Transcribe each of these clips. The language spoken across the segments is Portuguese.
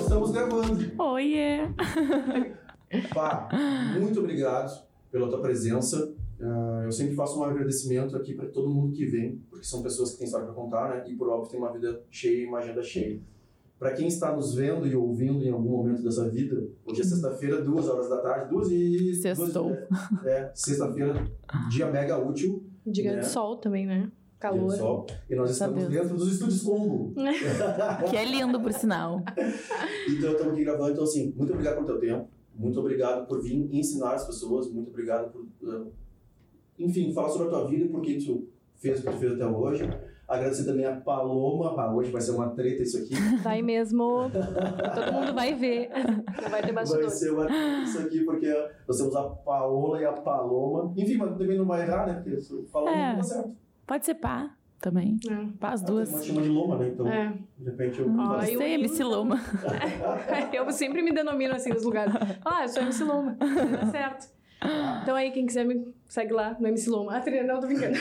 estamos gravando. Oiê! Pá, muito obrigado pela tua presença. Eu sempre faço um agradecimento aqui para todo mundo que vem, porque são pessoas que têm história para contar, né? E por óbvio tem uma vida cheia e uma agenda cheia. Para quem está nos vendo e ouvindo em algum momento dessa vida, hoje é sexta-feira, 2 horas da tarde, Sextou. Sexta-feira, dia mega útil. De grande sol também, né? Calor. Dia de sol. E nós estamos dentro dos estúdios Combo. Que é lindo, por sinal. Então, estamos aqui gravando. Então, assim, muito obrigado pelo teu tempo. Muito obrigado por vir ensinar as pessoas. Muito obrigado por, enfim, falar sobre a tua vida e por que tu fez o que tu fez até hoje. Agradecer também a Paloma. Hoje vai ser uma treta isso aqui. Vai mesmo. Todo mundo vai ver. Não vai ter bastidor. Vai ser uma treta isso aqui, porque nós temos a Paola e a Paloma. Enfim, mas também não vai errar, né? Porque falando não dá certo. Pode ser pá também. Pá as duas. Uma chama de Loma, né? Então, de repente eu... Sei, MC Loma. Eu sempre me denomino assim nos lugares. Eu sou MC Loma. Dá certo. Então aí, quem quiser me segue lá no MC Loma. Não, tô brincando.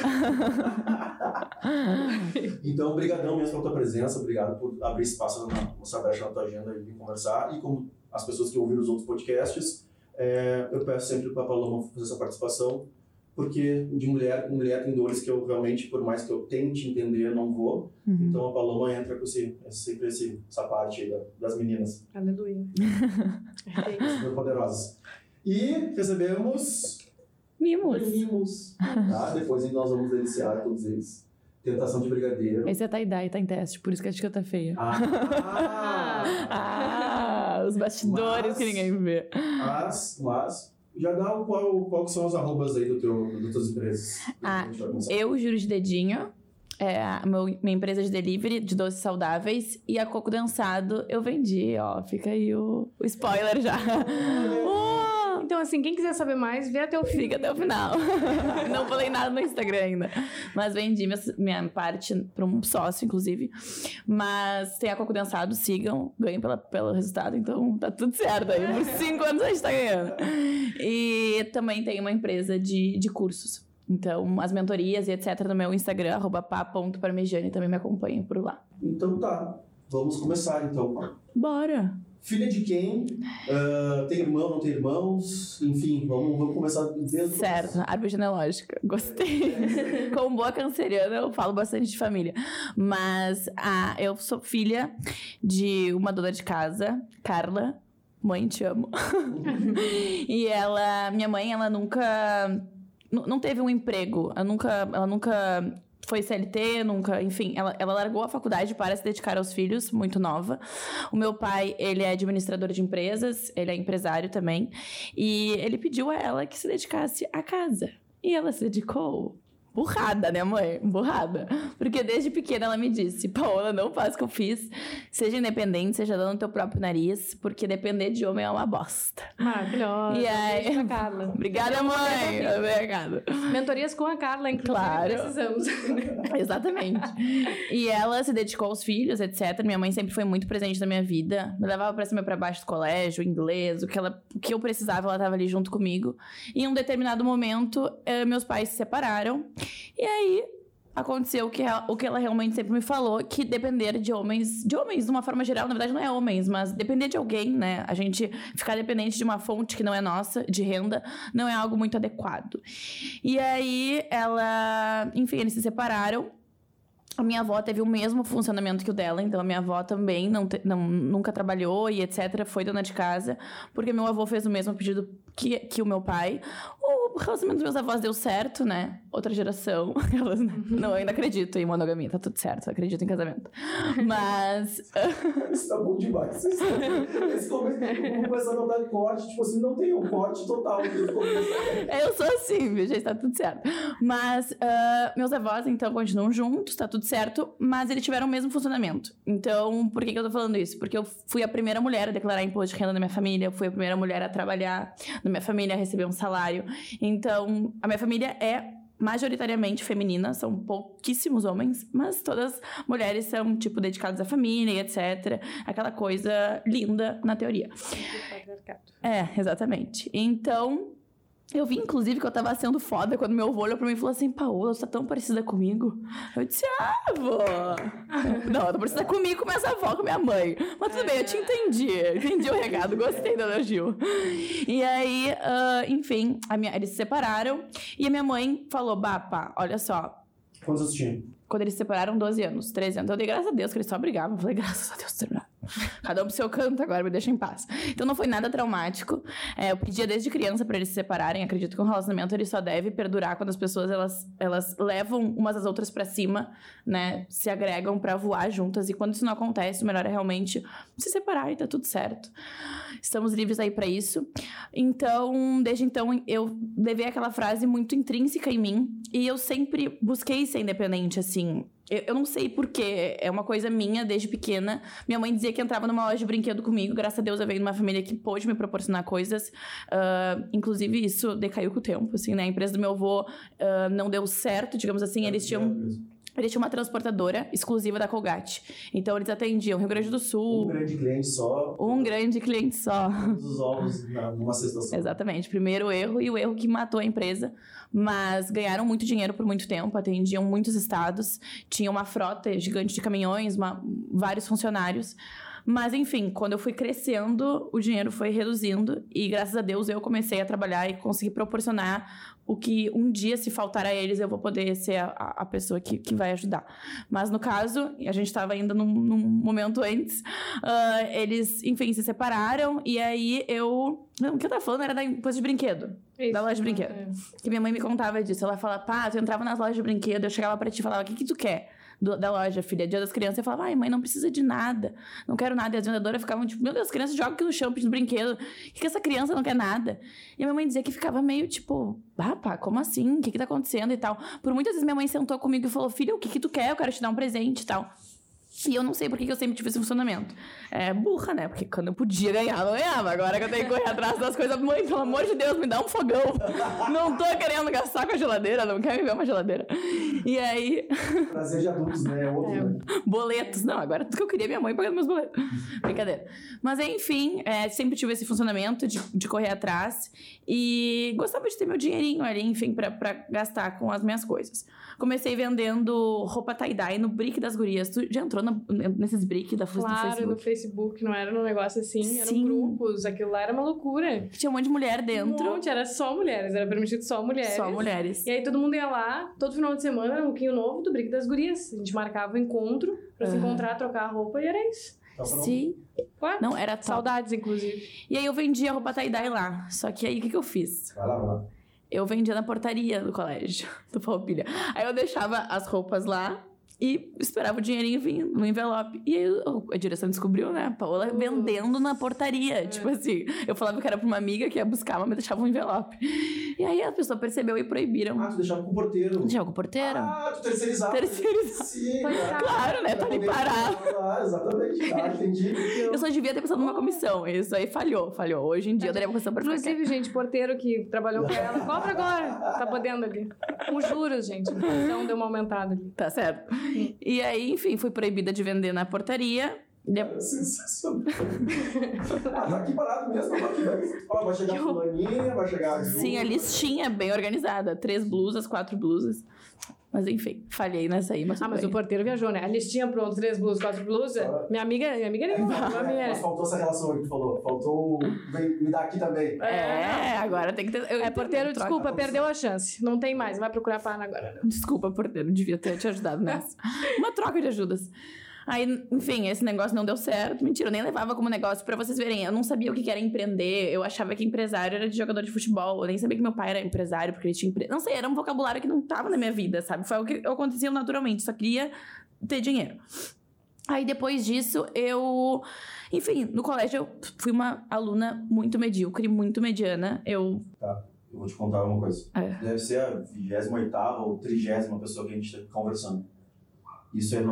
Então, obrigadão mesmo pela tua presença. Obrigado por abrir espaço nessa brecha na tua agenda e vir conversar. E como as pessoas que ouviram os outros podcasts, eu peço sempre para a Paloma fazer essa participação, porque de mulher tem dores que eu realmente, por mais que eu tente entender, eu não vou. Então a Paloma entra com sempre essa parte aí das meninas. Aleluia. Super poderosas. E recebemos... Mimos. Depois nós vamos deliciar todos eles. Tentação de brigadeiro. Esse é Taidai, tá em teste, por isso que a etiqueta tá feia. Os bastidores que ninguém vê. Mas... Já dá qual que são os arrobas aí das tuas empresas? Eu Juro de Dedinho. Minha empresa de delivery de doces saudáveis. E a Coco Densado eu vendi, ó. Fica aí o spoiler já. Então, assim, quem quiser saber mais, vê até o fim. Fica até o final. Não falei nada no Instagram ainda. Mas vendi minha parte para um sócio, inclusive. Mas tem a Coco Densado, sigam, ganhem pelo resultado. Então, tá tudo certo aí. Por 5 anos a gente tá ganhando. E também tem uma empresa de cursos. Então, as mentorias e etc. no meu Instagram, @pa.parmegiani, também me acompanhem por lá. Então tá, vamos começar então. Bora! Filha de quem? Tem irmão, não tem irmãos? Enfim, vamos começar desde... Certo, árvore genealógica. Gostei. Como boa canceriana, eu falo bastante de família. Mas eu sou filha de uma dona de casa, Carla. Mãe, te amo. E minha mãe, ela nunca... Não teve um emprego. Ela nunca foi CLT, enfim, ela largou a faculdade para se dedicar aos filhos, muito nova. O meu pai, ele é administrador de empresas, ele é empresário também, e ele pediu a ela que se dedicasse à casa. E ela se dedicou. Burrada, né, mãe? Burrada. Porque desde pequena ela me disse: Paola, não faz o que eu fiz. Seja independente, seja dando teu próprio nariz, porque depender de homem é uma bosta. Maravilhosa. E aí... Carla. Obrigada, mãe. Obrigada. Mentorias com a Carla, inclusive. Claro. Precisamos. Exatamente. E ela se dedicou aos filhos, etc. Minha mãe sempre foi muito presente na minha vida. Me levava pra cima e pra baixo do colégio, inglês, o que eu precisava, ela tava ali junto comigo. E em um determinado momento, meus pais se separaram. E aí, aconteceu o que ela realmente sempre me falou, que depender de homens, de uma forma geral, na verdade não é homens, mas depender de alguém, né? A gente ficar dependente de uma fonte que não é nossa, de renda, não é algo muito adequado. E aí, enfim, eles se separaram. A minha avó teve o mesmo funcionamento que o dela, então a minha avó também nunca trabalhou e etc. Foi dona de casa, porque meu avô fez o mesmo pedido que o meu pai. O relacionamento dos meus avós deu certo, né? Outra geração. Não, eu ainda acredito em monogamia, tá tudo certo, acredito em casamento. Mas... Isso tá bom demais. Esse começo, vamos começar a notar corte, tipo assim, não tem um corte total. Eu sou assim, viu, gente, tá tudo certo. Mas meus avós, então, continuam juntos, tá tudo certo, mas eles tiveram o mesmo funcionamento. Então, por que eu tô falando isso? Porque eu fui a primeira mulher a declarar imposto de renda na minha família, eu fui a primeira mulher a trabalhar na minha família, a receber um salário. Então, a minha família é majoritariamente feminina, são pouquíssimos homens, mas todas mulheres são, tipo, dedicadas à família e etc. Aquela coisa linda na teoria. Patriarcado. Exatamente. Então... Eu vi, inclusive, que eu tava sendo foda quando meu avô olhou pra mim e falou assim, Paola, você tá tão parecida comigo. Eu disse, avô. Não, eu tô parecida comigo, com minha avó, com minha mãe. Mas tudo bem, eu te entendi. Entendi o recado, gostei do elogio. E aí, enfim, eles se separaram. E a minha mãe falou, pá, olha só. Quantos anos tinha? Quando eles se separaram, 12 anos, 13 anos. Eu dei graças a Deus que eles só brigavam. Eu falei, graças a Deus, terminaram. Cada um pro seu canto, agora me deixa em paz. Então não foi nada traumático. Eu pedia desde criança pra eles se separarem. Acredito que um relacionamento ele só deve perdurar quando as pessoas elas levam umas às outras pra cima, né? Se agregam pra voar juntas. E quando isso não acontece, o melhor é realmente se separar e tá tudo certo. Estamos livres aí pra isso. Então, desde então, eu levei aquela frase muito intrínseca em mim. E eu sempre busquei ser independente, assim. Eu não sei porquê, é uma coisa minha desde pequena. Minha mãe dizia que entrava numa loja de brinquedo comigo. Graças a Deus eu venho de uma família que pôde me proporcionar coisas. Inclusive isso decaiu com o tempo, assim, né? A empresa do meu avô não deu certo, digamos assim. Eles tinham uma transportadora exclusiva da Colgate. Então eles atendiam Rio Grande do Sul. Um grande cliente só. Um grande cliente só. Todos os ovos numa cesta só. Exatamente. Primeiro erro e o erro que matou a empresa. Mas ganharam muito dinheiro por muito tempo, atendiam muitos estados, tinha uma frota gigante de caminhões, vários funcionários. Mas, enfim, quando eu fui crescendo, o dinheiro foi reduzindo e, graças a Deus, eu comecei a trabalhar e consegui proporcionar o que um dia, se faltar a eles, eu vou poder ser a pessoa que vai ajudar. Mas, no caso, a gente estava ainda num momento antes, eles, enfim, se separaram e aí o que eu tava falando era da coisa de brinquedo. Isso. Da loja de brinquedo. Que minha mãe me contava disso. Ela falava, pá, tu entrava nas lojas de brinquedo, eu chegava pra ti e falava, o que tu quer da loja, filha? Dia das crianças. Eu falava, ai, mãe, não precisa de nada. Não quero nada. E as vendedoras ficavam tipo, meu Deus, as crianças jogam aqui no chão pedindo brinquedo. O que essa criança não quer nada? E a minha mãe dizia que ficava meio tipo, pá, como assim? O que tá acontecendo e tal? Por muitas vezes minha mãe sentou comigo e falou, filha, o que tu quer? Eu quero te dar um presente e tal. E eu não sei por que eu sempre tive esse funcionamento. É burra, né? Porque quando eu podia ganhar, eu não ganhava. Agora que eu tenho que correr atrás das coisas, mãe, pelo amor de Deus, me dá um fogão. Não tô querendo gastar com a geladeira, não quero me ver uma geladeira. E aí... Prazer de adultos, né? Né? Boletos. Não, agora tudo que eu queria, minha mãe pagando meus boletos. Brincadeira. Mas enfim, sempre tive esse funcionamento de correr atrás. E gostava de ter meu dinheirinho ali, enfim, pra gastar com as minhas coisas. Comecei vendendo roupa tie-dye no Brick das Gurias. Tu já entrou nesses Brick da Facebook? Claro, no Facebook. Não era um negócio assim. Sim. Eram grupos. Aquilo lá era uma loucura. Tinha um monte de mulher dentro. Um monte. Era só mulheres. Era permitido só mulheres. Só mulheres. E aí todo mundo ia lá. Todo final de semana era um pouquinho novo do Brick das Gurias. A gente marcava o encontro pra se encontrar, trocar a roupa. E era isso. Sim. Ué? Não, era top. Saudades, inclusive. E aí eu vendia roupa tie-dye lá. Só que aí o que eu fiz? Vai lá. Eu vendia na portaria do colégio, do Farroupilha. Aí eu deixava as roupas lá e esperava o dinheirinho vir no envelope. E aí a direção descobriu, né? A Paola vendendo na portaria. Tipo assim, eu falava que era pra uma amiga que ia buscar, mas me deixava um envelope. E aí a pessoa percebeu e proibiram. Ah, tu deixava com o porteiro. Deixava com o porteiro. Ah, tu terceirizava. Sim, claro, né? Tá ali parado. Ah, exatamente. Ah, entendi. Eu só devia ter pensado numa comissão. Isso aí falhou. Hoje em dia eu daria uma comissão pra Inclusive, gente, porteiro que trabalhou com ela, cobra agora. Tá podendo ali. Com juros, gente. Então deu uma aumentada ali. Tá certo. E aí, enfim, fui proibida de vender na portaria. Sensacional. Tá aqui parado mesmo. Vai chegar a fulaninha, vai chegar a Ju. Sim, a listinha bem organizada. 3 blusas, 4 blusas. Mas enfim, falhei nessa aí. Mas o porteiro viajou, né? A listinha pronto, 3 blusas, 4 blusas. Minha amiga nem Mas faltou essa relação aí que tu falou. Faltou me dar aqui também. Agora tem que ter... porteiro, desculpa, perdeu a chance. Não tem mais, vai procurar pana agora. Desculpa, porteiro, devia ter te ajudado nessa. Uma troca de ajudas. Aí, enfim, esse negócio não deu certo. Mentira, eu nem levava como negócio. Pra vocês verem, eu não sabia o que era empreender. Eu achava que empresário era de jogador de futebol. Eu nem sabia que meu pai era empresário, porque ele tinha Não sei, era um vocabulário que não tava na minha vida, sabe? Foi o que acontecia naturalmente. Só queria ter dinheiro. Aí, depois disso, Enfim, no colégio eu fui uma aluna muito medíocre, muito mediana. Tá, eu vou te contar uma coisa. Deve ser a 28ª ou 30ª pessoa que a gente tá conversando. Isso é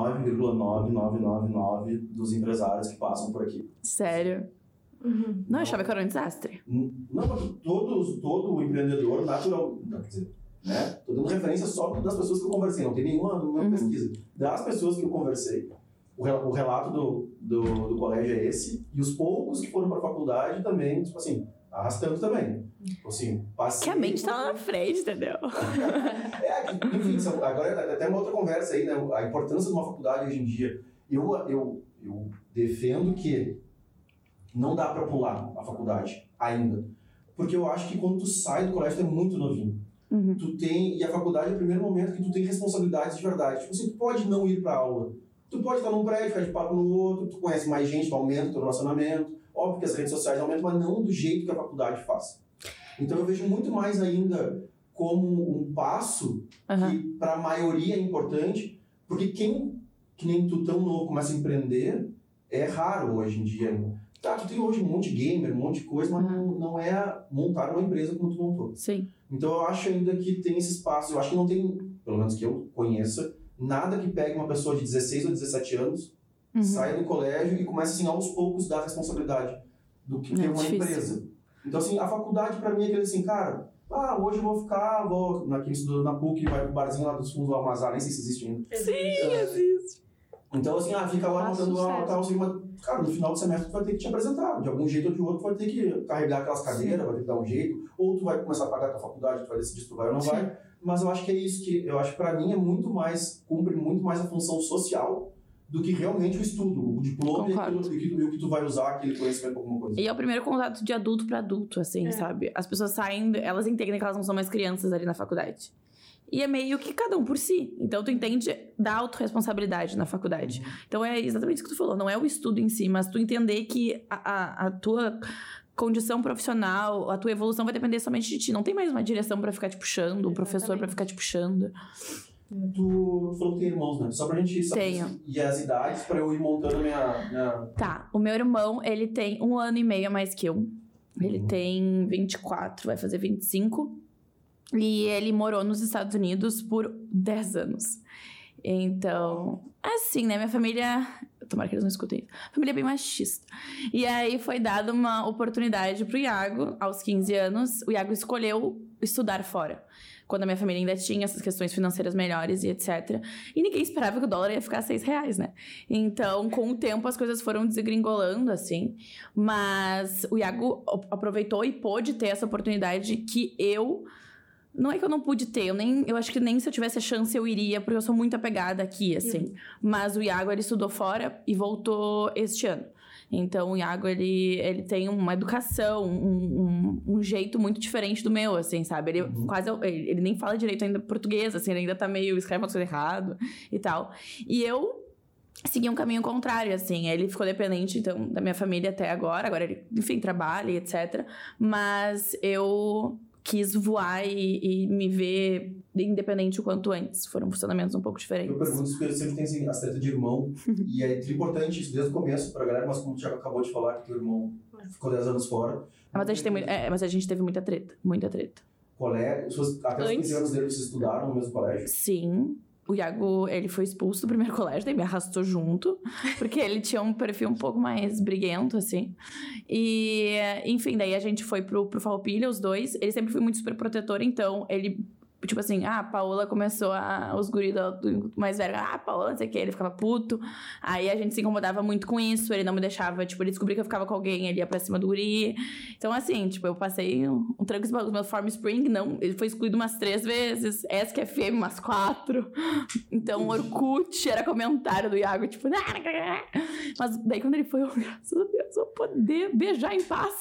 99,9999 dos empresários que passam por aqui. Sério? Uhum. Não, eu achava que era um desastre. Não, todo empreendedor natural, quer dizer, né? Tô dando referência só das pessoas que eu conversei, não tem nenhuma pesquisa. Das pessoas que eu conversei, o relato do colégio é esse, e os poucos que foram para a faculdade também, tipo assim, arrastando também. Assim, que a mente tá lá na frente, entendeu? Enfim, agora é até uma outra conversa aí, né? A importância de uma faculdade hoje em dia. Eu defendo que não dá pra pular a faculdade ainda. Porque eu acho que quando tu sai do colégio, tu é muito novinho. Uhum. E a faculdade é o primeiro momento que tu tem responsabilidades de verdade. Tipo, você pode não ir pra aula. Tu pode estar num prédio, ficar de papo no outro, tu conhece mais gente, tu aumenta o teu relacionamento. Óbvio que as redes sociais aumentam, mas não do jeito que a faculdade faz. Então eu vejo muito mais ainda como um passo que para a maioria é importante, porque quem, que nem tu tão novo, começa a empreender, é raro hoje em dia. Tá, tu tem hoje um monte de gamer, um monte de coisa, mas não é montar uma empresa como tu montou. Sim. Então eu acho ainda que tem esse espaço, eu acho que não tem, pelo menos que eu conheça, nada que pegue uma pessoa de 16 ou 17 anos, saia do colégio e comece assim, aos poucos dar responsabilidade do que ter uma empresa. Então assim, a faculdade pra mim é aquele assim, cara, hoje eu vou quem estudou na PUC, vai pro barzinho lá dos fundos do Almazar, nem sei se existe ainda. Sim, existe. Então assim, fica lá montando uma tal, assim, mas, cara, no final do semestre tu vai ter que te apresentar, de algum jeito ou de outro tu vai ter que carregar aquelas cadeiras, vai ter que dar um jeito, ou tu vai começar a pagar a tua faculdade, tu vai decidir se tu vai ou não vai, mas eu acho que é isso que, eu acho que pra mim cumpre muito mais a função social do que realmente o estudo, o diploma e o que tu vai usar aquele conhecimento pra alguma coisa. E é o primeiro contato de adulto pra adulto, assim, sabe? As pessoas saem, elas entendem que elas não são mais crianças ali na faculdade. E é meio que cada um por si. Então, tu entende da autorresponsabilidade na faculdade. Então, é exatamente isso que tu falou. Não é o estudo em si, mas tu entender que a tua condição profissional, a tua evolução vai depender somente de ti. Não tem mais uma direção pra ficar te puxando, um professor pra ficar te puxando. Tu falou que tem irmãos, né? Só pra gente saber. Tenho. E as idades pra eu ir montando a minha... Tá, o meu irmão, ele tem 1 ano e meio a mais que eu. Ele tem 24, vai fazer 25. E ele morou nos Estados Unidos por 10 anos. Então, assim, né? Minha família... Tomara que eles não escutem. Família bem machista. E aí foi dada uma oportunidade pro Iago, aos 15 anos. O Iago escolheu estudar fora. Quando a minha família ainda tinha essas questões financeiras melhores e etc. E ninguém esperava que o dólar ia ficar R$6, né? Então, com o tempo, as coisas foram desgringolando, assim. Mas o Iago aproveitou e pôde ter essa oportunidade que eu... Não é que eu não pude ter, eu acho que nem se eu tivesse a chance eu iria, porque eu sou muito apegada aqui, assim. Mas o Iago, ele estudou fora e voltou este ano. Então, o Iago, ele tem uma educação, um jeito muito diferente do meu, assim, sabe? Ele nem fala direito ainda português, assim, ele ainda tá meio... escreve uma coisa errado e tal. E eu segui um caminho contrário, assim. Ele ficou dependente, então, da minha família até agora. Agora ele, enfim, trabalha e etc. Mas eu... quis voar e me ver independente o quanto antes. Foram funcionamentos um pouco diferentes. Eu pergunto isso porque sempre tem assim, as tretas de irmão. E é importante isso desde o começo pra galera, mas como o Thiago acabou de falar, que teu irmão ficou 10 anos fora. Mas a gente teve muita treta. Muita treta. Até os 15 anos dele, vocês estudaram no mesmo colégio? Sim. O Iago, ele foi expulso do primeiro colégio, daí me arrastou junto, porque ele tinha um perfil um pouco mais briguento, assim. E, enfim, daí a gente foi pro Farroupilha, os dois. Ele sempre foi muito super protetor, então ele... Tipo assim, a Paola começou os guris do mais velho, Paola, não sei o que, ele ficava puto. Aí a gente se incomodava muito com isso, ele não me deixava, tipo, ele descobria que eu ficava com alguém, ele ia pra cima do guri. Então, assim, tipo, eu passei um tranco e meu Form Spring, não, ele foi excluído umas 3 vezes, SQFM umas 4. Então, Orkut era comentário do Iago, tipo... Mas daí quando ele foi, graças a Deus, eu vou poder beijar em paz,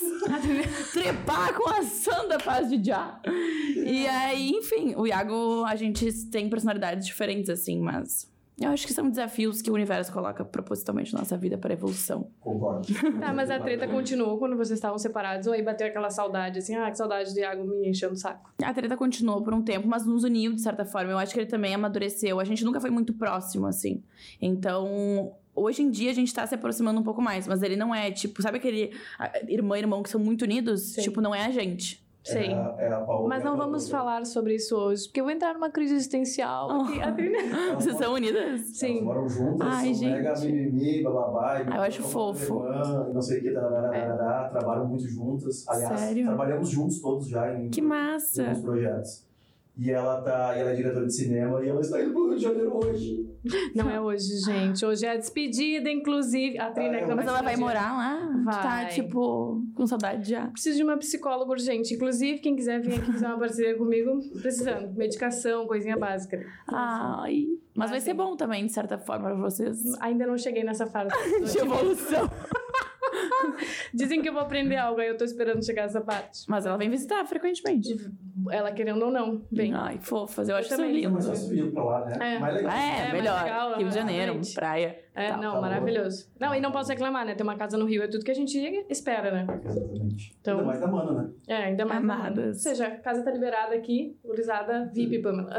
trepar com a santa paz de Já. E aí, enfim, o Iago, a gente tem personalidades diferentes, assim, mas eu acho que são desafios que o universo coloca propositalmente na nossa vida para evolução. Concordo. Tá, mas a treta continuou quando vocês estavam separados? Ou aí bateu aquela saudade, assim, que saudade do Iago me enchendo o saco? A treta continuou por um tempo, mas nos uniu, de certa forma. Eu acho que ele também amadureceu. A gente nunca foi muito próximo, assim. Então... Hoje em dia a gente tá se aproximando um pouco mais, mas ele não é, tipo... Sabe aquele irmã e irmão que são muito unidos? Sim. Tipo, não é a gente. Sim. A Paola, mas não vamos falar sobre isso hoje, porque eu vou entrar numa crise existencial. Vocês são unidas? Sim. Elas moram juntas, Ai, são mega mimimi, bababá. Eu acho fofo. Não sei o que, trabalham muito juntas. Aliás, Sério? trabalhamos juntos todos já em Que massa! alguns projetos. E ela é diretora de cinema e ela está indo pro Rio de Janeiro hoje. Não é hoje, gente. Hoje é a despedida, inclusive. A Trina Mas ela vai morar lá? Vai. Tu tá, tipo, com saudade já. Preciso de uma psicóloga urgente. Inclusive, quem quiser vir aqui fazer uma parceria comigo, precisando. Medicação, coisinha básica. Ai. Mas vai ser bom também, de certa forma, pra vocês. Ainda não cheguei nessa fase. De evolução. Dizem que eu vou aprender algo, aí eu tô esperando chegar nessa parte. Mas ela vem visitar frequentemente. Ela querendo ou não, vem. Ai, fofas. Eu acho isso também. lindo. Mas ela subiu pra lá, né? É. Mais legal. É, melhor. mais legal, Rio de Janeiro, exatamente. praia. É, Tá, não, tá maravilhoso. Não, e não posso reclamar, né? Ter uma casa no Rio é tudo que a gente espera, né? Exatamente. Então- Ainda mais da Mano, né? É, ainda mais. Amadas. Ou seja, a casa tá liberada aqui, gurizada VIP, Pamela.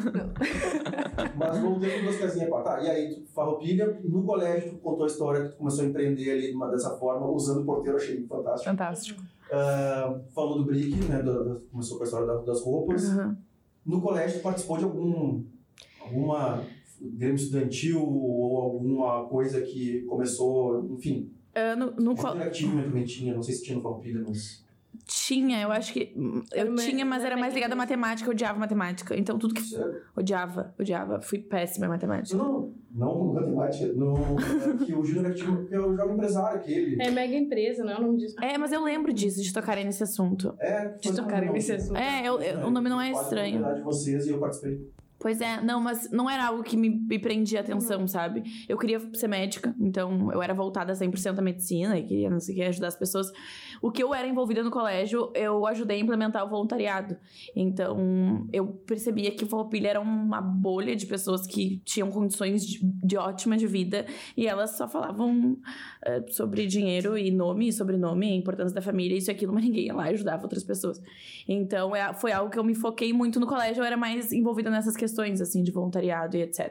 Mas voltando duas casinhas pra tá. E aí, tu farroupilha, no colégio, tu contou a história que tu começou a empreender ali dessa forma, usando o porteiro, achei fantástico. Fantástico. Falou do brick, né? Começou com a história das roupas. Uhum. No colégio, tu participou de alguma grêmio estudantil ou alguma coisa que começou, enfim. No Interativo também tinha, não sei se tinha no Farroupilha, mas... Tinha, eu acho que... Eu tinha, mas era mais ligada à matemática. Eu odiava matemática. Então, tudo que... Sério? Odiava. Fui péssima em matemática. Não matemática. Que o Júnior Activo, que é o jovem empresário, aquele. É mega empresa, não é o nome disso. É, mas eu lembro disso, de tocarem nesse assunto. De tocarem nesse assunto. O nome não é Quase estranho. a de vocês e eu participei. Pois é, não, mas não era algo que me prendia a atenção, sabe? Eu queria ser médica, então eu era voltada 100% à medicina e queria, não sei o que, ajudar as pessoas. O que eu era envolvida no colégio, eu ajudei a implementar o voluntariado. Então, eu percebia que Farroupilha era uma bolha de pessoas que tinham condições de ótima de vida e elas só falavam sobre dinheiro e nome e sobrenome, a importância da família, isso e aquilo, mas ninguém ia lá e ajudava outras pessoas. Então, foi algo que eu me foquei muito no colégio, eu era mais envolvida nessas questões, assim, de voluntariado e etc.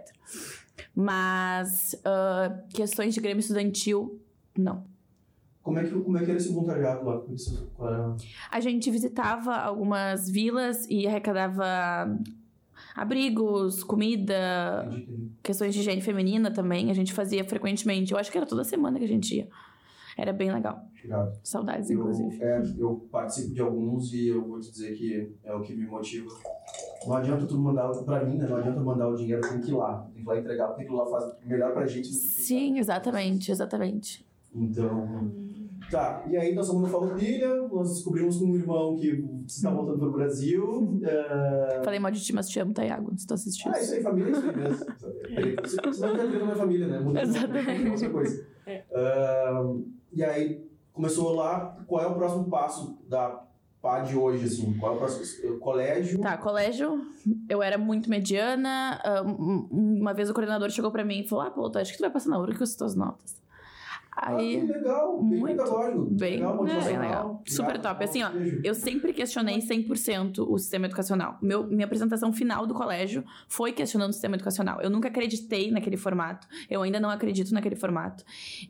Mas, questões de grêmio estudantil, não. Como é que era esse voluntariado lá? A gente visitava algumas vilas e arrecadava abrigos, comida, questões de higiene feminina também. A gente fazia frequentemente. Eu acho que era toda semana que a gente ia. Era bem legal. Obrigado. Saudades, inclusive. Eu participo de alguns e eu vou te dizer que é o que me motiva. Não adianta tu mandar, pra mim, né? Não adianta mandar o dinheiro, tem que ir lá entregar, porque aquilo lá faz melhor pra gente. Sim, exatamente. Então, tá. E aí nós estamos no Farroupilha, nós descobrimos com um irmão que está voltando pro Brasil. Falei mal de ti, mas te amo, Tayago, se tu assistiu. Isso aí, família, é isso aí mesmo. Você não quer ver na minha família, né? Exatamente. Outra coisa. E aí, começou lá, qual é o próximo passo da PA de hoje, assim? Qual é o próximo? Colégio? Tá, colégio, eu era muito mediana. Uma vez o coordenador chegou pra mim e falou, pô, acho que tu vai passar na URC com as tuas notas. Aí, que legal, bem muito, pedagógico. bem motivacional. legal. Super top. Assim, ó, Beijo. eu sempre questionei 100% o sistema educacional. Minha apresentação final do colégio foi questionando o sistema educacional. Eu nunca acreditei naquele formato. Eu ainda não acredito naquele formato.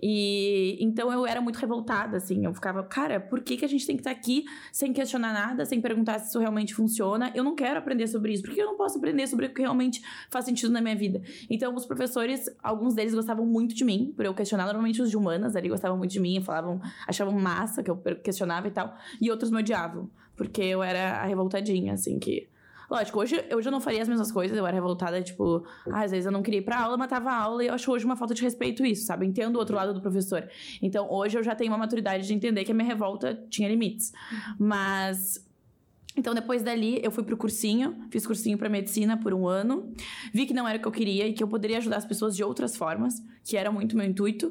E então eu era muito revoltada, assim. Eu ficava, cara, por que a gente tem que estar aqui sem questionar nada, sem perguntar se isso realmente funciona? Eu não quero aprender sobre isso. Por que eu não posso aprender sobre o que realmente faz sentido na minha vida? Então, os professores, alguns deles gostavam muito de mim, por eu questionar. Normalmente os de humanas ali gostavam muito de mim, achavam massa que eu questionava e tal, e outros me odiavam, porque eu era a revoltadinha, assim, que... Lógico, hoje eu não faria as mesmas coisas, eu era revoltada, tipo, às vezes eu não queria ir pra aula, matava a aula, e eu acho hoje uma falta de respeito isso, sabe? Eu entendo o outro lado do professor. Então, hoje eu já tenho uma maturidade de entender que a minha revolta tinha limites. Mas... Então, depois dali, eu fui pro cursinho, fiz cursinho pra medicina por 1 ano, vi que não era o que eu queria e que eu poderia ajudar as pessoas de outras formas, que era muito meu intuito.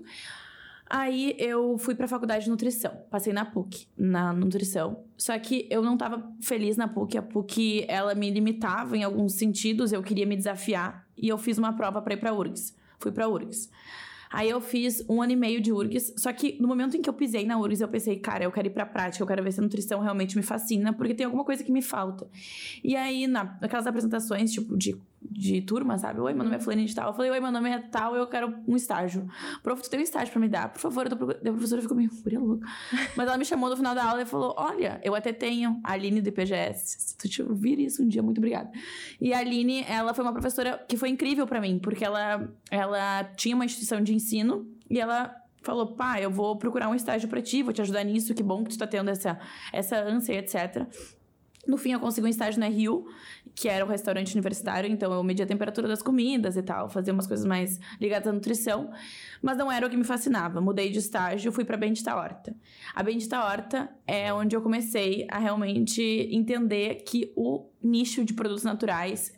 Aí eu fui pra faculdade de nutrição, passei na PUC, na nutrição. Só que eu não tava feliz na PUC, a PUC ela me limitava em alguns sentidos, eu queria me desafiar e eu fiz uma prova pra ir pra URGS, fui pra URGS. Aí eu fiz 1 ano e meio de URGS, só que no momento em que eu pisei na URGS, eu pensei, cara, eu quero ir pra prática, eu quero ver se a nutrição realmente me fascina, porque tem alguma coisa que me falta. E aí, naquelas apresentações, tipo, de turma, sabe? Oi, meu nome é fulano de tal. Eu falei, oi, meu nome é tal, eu quero um estágio. Prof, tu tem um estágio pra me dar? Por favor, a professora ficou meio louca. Mas ela me chamou no final da aula e falou, olha, eu até tenho a Aline do IPGS. Se tu te ouvir isso um dia, muito obrigada. E a Aline, ela foi uma professora que foi incrível pra mim, porque ela tinha uma instituição de ensino e ela falou, pá, eu vou procurar um estágio pra ti, vou te ajudar nisso, que bom que tu tá tendo essa ânsia, etc. No fim, eu consegui um estágio na RU que era um restaurante universitário, então eu media a temperatura das comidas e tal, fazia umas coisas mais ligadas à nutrição, mas não era o que me fascinava. Mudei de estágio, fui pra Bendita Horta. A Bendita Horta é onde eu comecei a realmente entender que o nicho de produtos naturais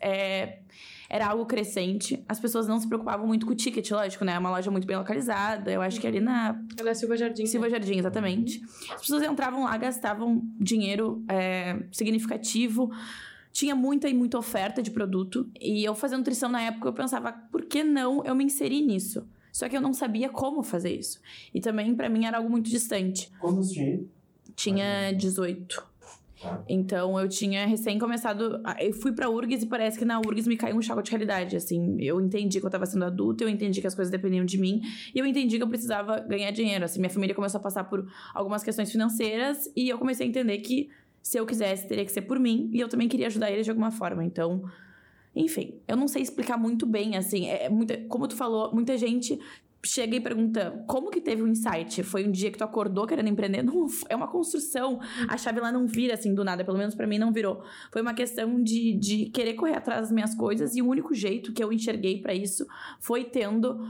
era algo crescente. As pessoas não se preocupavam muito com o ticket, lógico, né? É uma loja muito bem localizada. Eu acho que ali na... É da Silva Jardim. Silva Jardim, exatamente. As pessoas entravam lá, gastavam dinheiro significativo. Tinha muita e muita oferta de produto. E eu fazendo nutrição na época, eu pensava, por que não eu me inseri nisso? Só que eu não sabia como fazer isso. E também, pra mim, era algo muito distante. Quantos tinha? Tinha 18. Então, eu tinha recém começado... Eu fui pra URGS e parece que na URGS me caiu um choque de realidade, assim. Eu entendi que eu tava sendo adulta, eu entendi que as coisas dependiam de mim. E eu entendi que eu precisava ganhar dinheiro, assim. Minha família começou a passar por algumas questões financeiras. E eu comecei a entender que, se eu quisesse, teria que ser por mim. E eu também queria ajudar eles de alguma forma. Então, enfim. Eu não sei explicar muito bem, assim. Como tu falou, muita gente... chega e pergunta, como que teve um insight? Foi um dia que tu acordou querendo empreender? Não, é uma construção. A chave lá não vira assim do nada, pelo menos pra mim não virou. Foi uma questão de querer correr atrás das minhas coisas e o único jeito que eu enxerguei pra isso foi tendo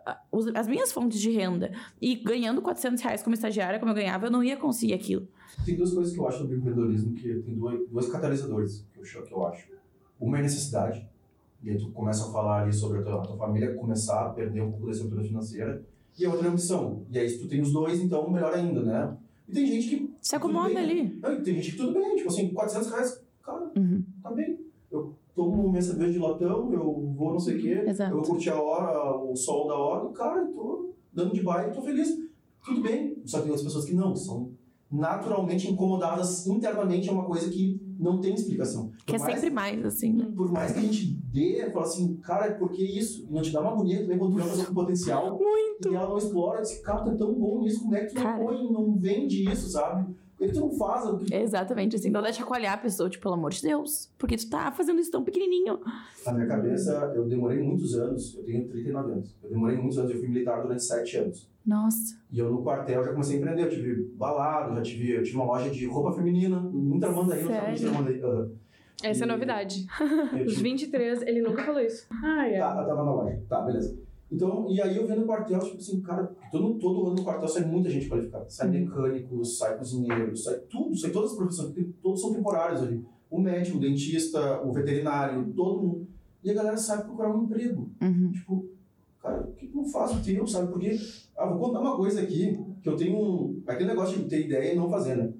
as minhas fontes de renda. E ganhando R$400 como estagiária, como eu ganhava, eu não ia conseguir aquilo. Tem duas coisas que eu acho sobre empreendedorismo, que tem dois catalisadores que eu acho. Uma é a necessidade. E aí tu começa a falar ali sobre a tua família começar a perder um pouco da estrutura financeira. E a outra é a ambição. E aí se tu tem os dois, então melhor ainda, né? E tem gente que... se acomoda ali. Não, tem gente que tudo bem. Tipo assim, R$400, cara, tá bem. Eu tomo minha cerveja de latão, eu vou não sei o quê. Exato. Eu vou curtir a hora, o sol da hora. E, cara, eu tô dando de bike, tô feliz. Tudo bem. Só que tem outras pessoas que não, são naturalmente incomodadas internamente, é uma coisa que não tem explicação. Que é sempre mais, assim, né? Por mais que a gente fala assim, cara, por que isso? E não te dá uma agonia também quando tu vê uma pessoa com potencial. Muito! E ela não explora, diz, cara, tu é tão bom nisso, como é que tu não põe, não vende isso, sabe? Por que tu não faz o que... Exatamente, assim, não deixa chacoalhar a pessoa, tipo, pelo amor de Deus, porque tu tá fazendo isso tão pequenininho. Na minha cabeça, eu demorei muitos anos, eu tenho 39 anos, eu demorei muitos anos, eu fui militar durante 7 anos. Nossa. E eu no quartel já comecei a empreender, eu tive balada, eu tive uma loja de roupa feminina, em Tramandaí, não sabe onde Tramandaí. Essa é novidade. Os 23, ele nunca falou isso. Tá, eu tava na loja. Tá, beleza. Então, e aí eu vendo no quartel, tipo assim, cara, todo ano no quartel sai muita gente qualificada. Sai mecânicos, sai cozinheiros, sai tudo, sai todas as profissões, todos são temporários ali. O médico, o dentista, o veterinário, todo mundo. E a galera sai procurar um emprego. Tipo, cara, por que tu não faz o teu, sabe? Porque, vou contar uma coisa aqui, que eu tenho aquele negócio de ter ideia e não fazer, né?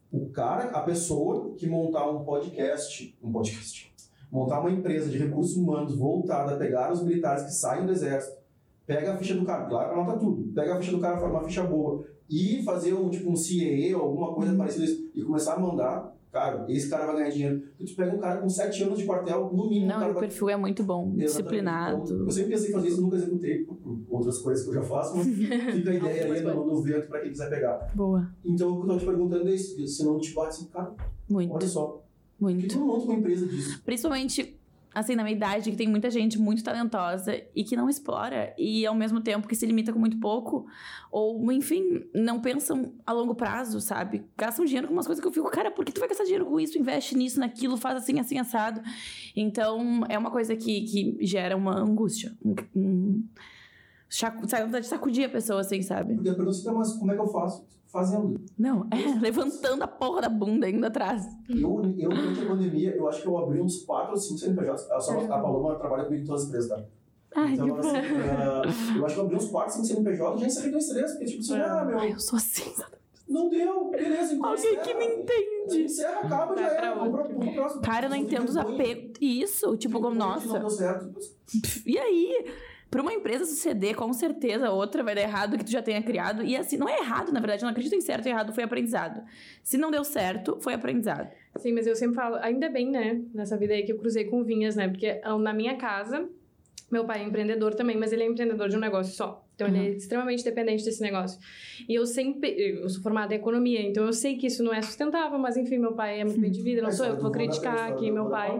A pessoa que montar um podcast, montar uma empresa de recursos humanos voltada a pegar os militares que saem do exército, pega a ficha do cara, claro, anota tudo, pega a ficha do cara, faz uma ficha boa, e fazer um CAE ou alguma coisa parecida isso, e começar a mandar, cara, esse cara vai ganhar dinheiro. Tu pega um cara com 7 anos de quartel, no mínimo. Não, o perfil é muito bom, disciplinado. Então, eu sempre pensei em fazer isso, nunca executei, por outras coisas que eu já faço, mas fica a ideia aí no vento pra quem quiser pegar. Boa. Então, o que eu tô te perguntando é isso, se não te bate assim, cara, muito. Olha só. Muito. Por que tu não monta uma empresa disso? Principalmente, assim, na minha idade, que tem muita gente muito talentosa e que não explora. E, ao mesmo tempo, que se limita com muito pouco. Ou, enfim, não pensam a longo prazo, sabe? Gastam dinheiro com umas coisas que eu fico, cara, por que tu vai gastar dinheiro com isso? Investe nisso, naquilo, faz assim, assim, assado. Então, é uma coisa que gera uma angústia. Vontade de sacudir a pessoa, assim, sabe? Porque a pergunta é, mas como é que eu faço? Fazendo. Não, levantando a porra da bunda ainda atrás. Eu durante a pandemia, eu acho que eu abri uns 4 ou 5 CNPJs. A Paloma trabalha comigo em todas as empresas, tá? Ai, então, que assim, eu acho que eu abri uns 4, 5 CNPJs e já encerrei 2, 3. Porque, tipo assim, Ai, eu sou assim. Não deu, beleza, então Alguém que me entende. Encerra, acaba, já era. Vamos pro próximo. Cara, eu não entendo os apegos. Isso, tipo, como, nossa. Não deu certo. E aí? Pra uma empresa suceder, com certeza outra vai dar errado que tu já tenha criado. E assim, não é errado, na verdade. Eu não acredito em certo e errado, foi aprendizado. Se não deu certo, foi aprendizado. Sim, mas eu sempre falo, ainda bem, né? Nessa vida aí que eu cruzei com Vinhas, né? Porque na minha casa, meu pai é empreendedor também, mas ele é empreendedor de um negócio só. Então, ele é extremamente dependente desse negócio. E eu sou formada em economia, então eu sei que isso não é sustentável, mas enfim, meu pai é muito bem de vida, não sou eu que vou criticar aqui meu pai.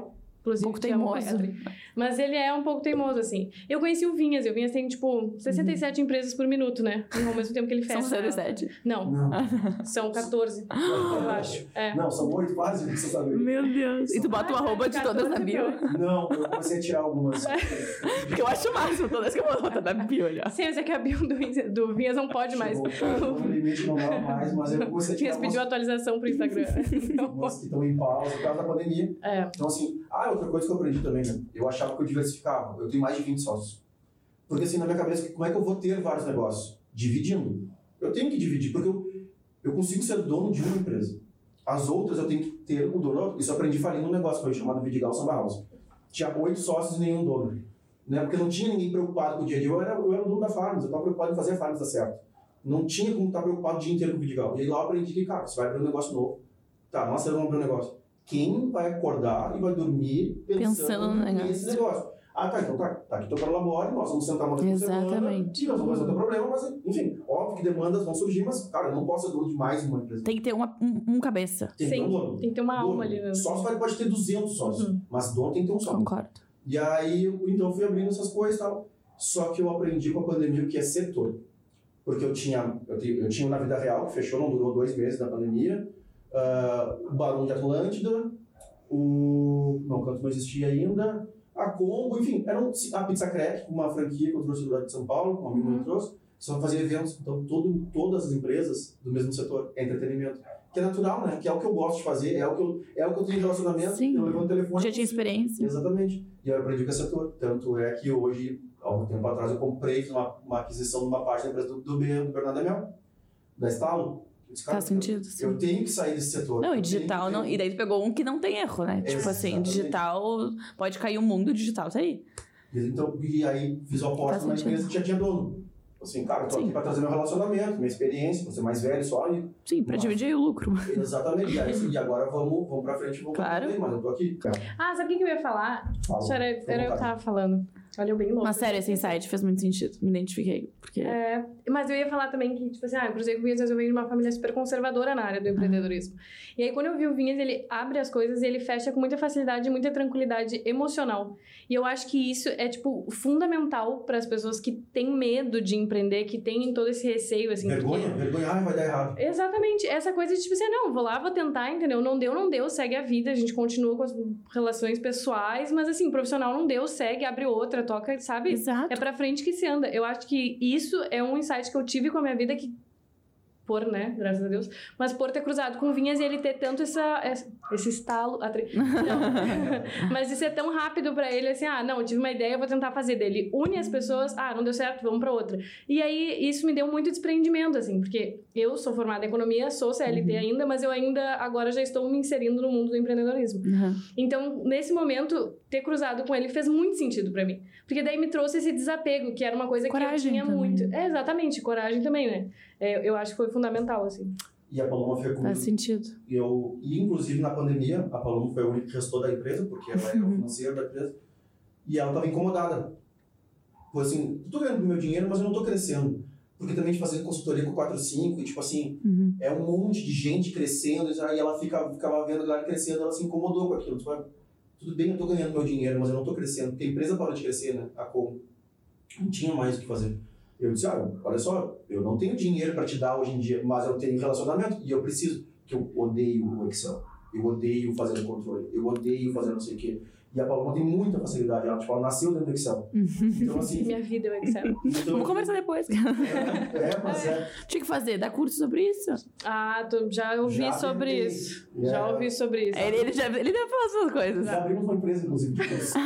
Inclusive, pouco teimoso. Mas ele é um pouco teimoso, assim. Eu conheci o Vinhas. E o Vinhas tem, tipo, 67 empresas por minuto, né? Ao mesmo tempo que ele fecha. São 67? Não. São 14, eu acho. Não, são 8 quase, você sabe. Meu Deus. E tu bota o arroba de todas na bio? Não, eu comecei a tirar algumas. Porque eu acho o máximo, todas que eu vou botar na bio, olha. Sim, mas é que a bio do Vinhas não pode mais. O limite não dá mais, mas eu comecei a tirar Vinhas pediu atualização pro Instagram. umas que estão em pausa por causa da pandemia. Então, assim, outra coisa que eu aprendi também, né? Eu achava que eu diversificava. Eu tenho mais de 20 sócios. Porque, assim, na minha cabeça, como é que eu vou ter vários negócios? Dividindo. Eu tenho que dividir, porque eu consigo ser dono de uma empresa. As outras eu tenho que ter o dono. Isso eu aprendi falindo um negócio, foi chamado Vidigal Samba House. Tinha 8 sócios e nenhum dono. Né? Porque não tinha ninguém preocupado com o dia a dia. Eu era o dono da Farms, eu estava preocupado em fazer a Farms dar certo. Não tinha como estar preocupado o dia inteiro com o Vidigal. E aí lá eu aprendi que, cara, você vai abrir um negócio novo. Tá, nós vamos abrir um negócio. Quem vai acordar e vai dormir pensando nesse negócio? Tá, então tá aqui teu labore, nós vamos sentar uma vez por semana e nós vamos resolver o problema, mas enfim, óbvio que demandas vão surgir, mas, cara, eu não posso ser dono de mais uma empresa. Tem que ter um cabeça. Tem que ter um dono. Tem que ter uma alma ali, né? Sócio pode ter 200 sócios, mas dono tem que ter um só. Concordo. E aí, então, eu fui abrindo essas coisas e tal, só que eu aprendi com a pandemia o que é setor. Porque eu tinha na vida real, que fechou, não durou 2 meses da pandemia, o Barão de Atlântida, o Canto não existia ainda, a Combo, enfim, a Pizza Crack, uma franquia que eu trouxe do de São Paulo, um amigo meu trouxe, só fazia eventos. Então, todas as empresas do mesmo setor, entretenimento, que é natural, né? Que é o que eu gosto de fazer, é o que eu tenho relacionamento, Sim. eu levo no telefone. Já tinha experiência. Exatamente. E eu aprendi com esse setor. Tanto é que hoje, há um tempo atrás, eu comprei, fiz uma aquisição de uma parte da empresa do Bernardo Mel, da Estalo. Faz sentido, sim. Eu tenho que sair desse setor. Não, e digital não. E daí tu pegou um que não tem erro, né? Tipo assim, digital. Pode cair o mundo digital, tá aí. Então, e aí fiz o aposta numa empresa que já tinha dono. Assim, cara, eu tô aqui pra trazer meu relacionamento, minha experiência, pra ser mais velho só. Sim, pra dividir o lucro. Exatamente. E agora vamos pra frente, vamos claro. Mas eu tô aqui. Sabe o que eu ia falar? Isso era eu que tava falando. Olha, eu bem louco. Mas sério, esse insight fez muito sentido. Me identifiquei. Porque... mas eu ia falar também que, tipo assim, eu cruzei com o Vinhas, eu venho de uma família super conservadora na área do empreendedorismo. E aí, quando eu vi o Vinhas, ele abre as coisas e ele fecha com muita facilidade e muita tranquilidade emocional. E eu acho que isso é, tipo, fundamental para as pessoas que têm medo de empreender, que têm todo esse receio, assim. Vergonha, vai dar errado. Exatamente. Essa coisa de, tipo assim, não, vou lá, vou tentar, entendeu? Não deu, segue a vida, a gente continua com as relações pessoais, mas, assim, profissional não deu, segue, abre outra, toca, sabe? Exato. É pra frente que se anda. Eu acho que isso é um insight que eu tive com a minha vida que né, graças a Deus, mas por ter cruzado com o Vinhas e ele ter tanto esse estalo, não, mas isso é tão rápido pra ele, assim, não, tive uma ideia, vou tentar fazer dele, une as pessoas, não deu certo, vamos pra outra, e aí isso me deu muito desprendimento, assim, porque eu sou formada em economia, sou CLT ainda, mas eu ainda agora já estou me inserindo no mundo do empreendedorismo, então nesse momento, ter cruzado com ele fez muito sentido pra mim, porque daí me trouxe esse desapego, que era uma coisa coragem que eu tinha também. Muito, exatamente, coragem também, né, eu acho que foi fundamental, assim. E a Paloma foi comigo. Faz sentido. E inclusive na pandemia, a Paloma foi a única que restou da empresa, porque ela é o financeiro da empresa, e ela estava incomodada. Foi assim, eu tô ganhando meu dinheiro, mas eu não tô crescendo. Porque também de fazer consultoria com 4-5, e tipo assim, é um monte de gente crescendo, e aí ela ficava vendo a galera crescendo, ela se incomodou com aquilo. Tipo, tudo bem, eu tô ganhando meu dinheiro, mas eu não tô crescendo, porque a empresa parou de crescer, né? A Como. Não tinha mais o que fazer. Eu disse, olha só, eu não tenho dinheiro para te dar hoje em dia, mas eu tenho relacionamento e eu preciso, que eu odeio o Excel, eu odeio fazer o controle, eu odeio fazer não sei o quê. E a Paloma tem muita facilidade, ela nasceu dentro do Excel. Então, assim... Minha vida é o Excel. Então, vamos conversar depois. Tinha que fazer, dar curso sobre isso. Já ouvi sobre isso. Já ouvi sobre isso. Ele deve falar suas coisas. Já abrimos uma empresa, inclusive, de curso.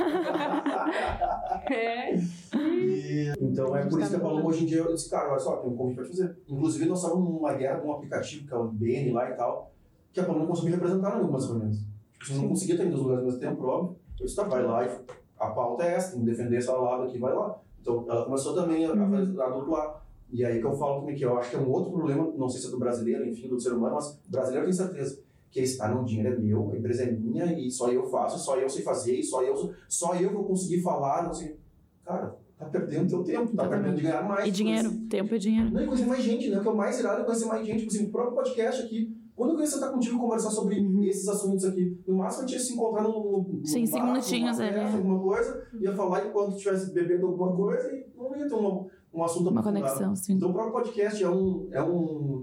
Então, é por isso que a Paloma hoje em dia, eu disse, cara, olha só, tem um convite pra te fazer. Inclusive, nós estávamos numa guerra com um aplicativo, que é o BN lá e tal, que a Paloma não conseguia representar em algumas reuniões. Você não conseguia estar em 2 lugares ao mesmo tempo, óbvio. Eu disse, vai lá, e a pauta é essa, tem que defender essa lado aqui, vai lá. Então, ela começou também a duplar. E aí que eu falo também que eu acho que é um outro problema, não sei se é do brasileiro, enfim, do ser humano, mas o brasileiro tem certeza. Que é não, o dinheiro é meu, a empresa é minha, e só eu faço, só eu sei fazer, e só eu vou conseguir falar, não sei. Cara, tá perdendo teu tempo, tá perdendo de ganhar mais. E dinheiro, tempo é dinheiro. Não, e conhecer mais gente, né? O que é o mais irado é conhecer mais gente. Tipo assim, o próprio podcast aqui, Quando eu queria sentar contigo e conversar sobre esses assuntos aqui, no máximo a gente ia se encontrar no Sim, 5 minutinhos ali. Alguma coisa, ia falar enquanto estivesse bebendo alguma coisa e não ia ter um assunto uma aprofundado. conexão, sim. Então o próprio podcast é um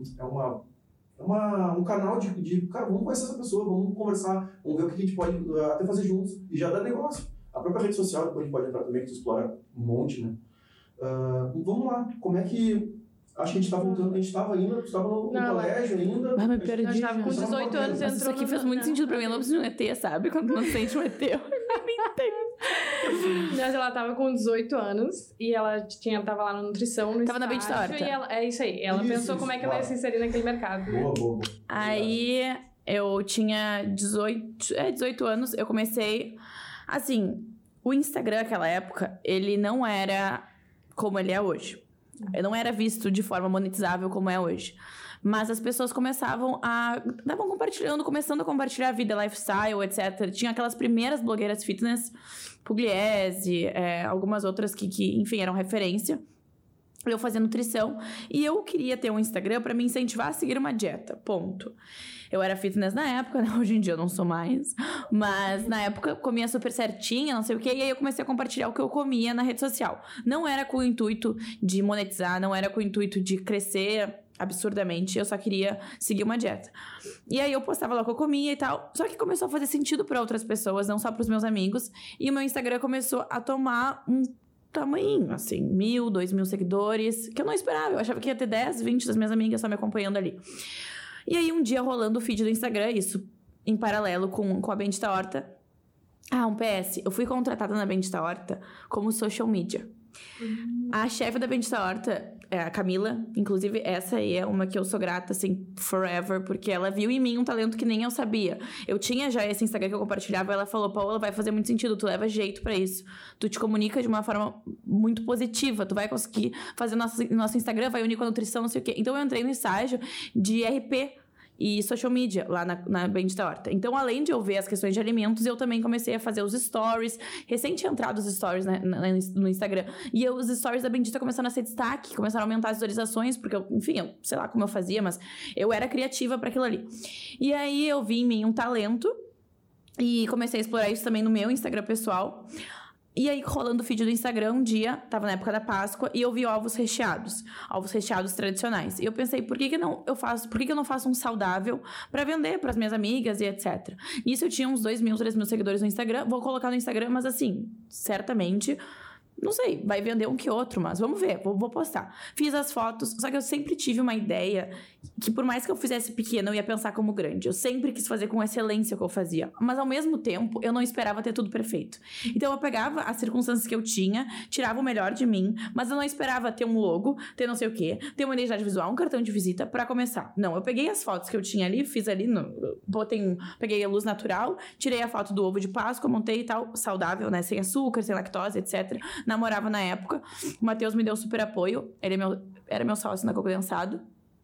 canal de cara, vamos conhecer essa pessoa, vamos conversar, vamos ver o que a gente pode até fazer juntos e já dá negócio. A própria rede social, depois a gente pode entrar também, que tu explora um monte, né? Vamos lá, como é que... Acho que a gente tá voltando, a gente tava indo, tu tava no colégio ainda. Mas me perdi. Eu já tava com 18 anos, Mas isso aqui fez muito sentido pra mim, eu não preciso de um ET, sabe? Quando não sente um ET, eu não entendo. Mas ela tava com 18 anos e ela tava lá na nutrição, no Tava na Bem de Torta. E ela, é isso aí, ela pensou como é que ela ia se inserir naquele mercado. Boa. Aí eu tinha 18 anos, eu comecei... Assim, o Instagram naquela época, ele não era como ele é hoje. Não era visto de forma monetizável como é hoje. Mas as pessoas começavam começando a compartilhar a vida, lifestyle, etc. Tinha aquelas primeiras blogueiras fitness, Pugliese, algumas outras que, enfim, eram referência. Eu fazia nutrição e eu queria ter um Instagram pra me incentivar a seguir uma dieta, ponto. Eu era fitness na época, né? Hoje em dia eu não sou mais, mas na época eu comia super certinha, não sei o quê, e aí eu comecei a compartilhar o que eu comia na rede social. Não era com o intuito de monetizar, não era com o intuito de crescer absurdamente, eu só queria seguir uma dieta. E aí eu postava lá o que eu comia e tal, só que começou a fazer sentido pra outras pessoas, não só pros meus amigos, e o meu Instagram começou a tomar um tamanho, assim, 1.000, 2.000 seguidores, que eu não esperava, eu achava que ia ter 10, 20 das minhas amigas só me acompanhando ali. E aí um dia rolando o feed do Instagram, isso em paralelo com a Bendita Horta. Um PS, eu fui contratada na Bendita Horta como social media. A chefe da Bendita Horta, a Camila, inclusive essa aí é uma que eu sou grata, assim, forever, porque ela viu em mim um talento que nem eu sabia. Eu tinha já esse Instagram que eu compartilhava, ela falou, Paola, vai fazer muito sentido, tu leva jeito pra isso. Tu te comunica de uma forma muito positiva, tu vai conseguir fazer nosso Instagram, vai unir com a nutrição, não sei o quê. Então eu entrei no estágio de RP e social media, lá na Bendita Horta. Então, além de eu ver as questões de alimentos, eu também comecei a fazer os stories. Recém tinha entrado os stories, né, no Instagram. E os stories da Bendita começaram a ser destaque, começaram a aumentar as visualizações, porque, enfim, eu sei lá como eu fazia, mas eu era criativa pra aquilo ali. E aí, eu vi em mim um talento e comecei a explorar isso também no meu Instagram pessoal. E aí, rolando o feed do Instagram, um dia, tava na época da Páscoa, e eu vi ovos recheados tradicionais. E eu pensei, por que eu não faço um saudável pra vender pras minhas amigas e etc. Nisso eu tinha uns 2.000, 3.000 seguidores no Instagram, vou colocar no Instagram, mas assim, certamente... Não sei, vai vender um que outro, mas vamos ver, vou postar. Fiz as fotos, só que eu sempre tive uma ideia que por mais que eu fizesse pequena, eu ia pensar como grande. Eu sempre quis fazer com excelência o que eu fazia. Mas ao mesmo tempo, eu não esperava ter tudo perfeito. Então eu pegava as circunstâncias que eu tinha, tirava o melhor de mim, mas eu não esperava ter um logo, ter não sei o quê, ter uma identidade visual, um cartão de visita pra começar. Não, eu peguei as fotos que eu tinha ali, fiz ali, peguei a luz natural, tirei a foto do ovo de Páscoa, montei e tal, saudável, né, sem açúcar, sem lactose, etc. Namorava na época, o Matheus me deu super apoio, ele era meu sócio na Coco Densado.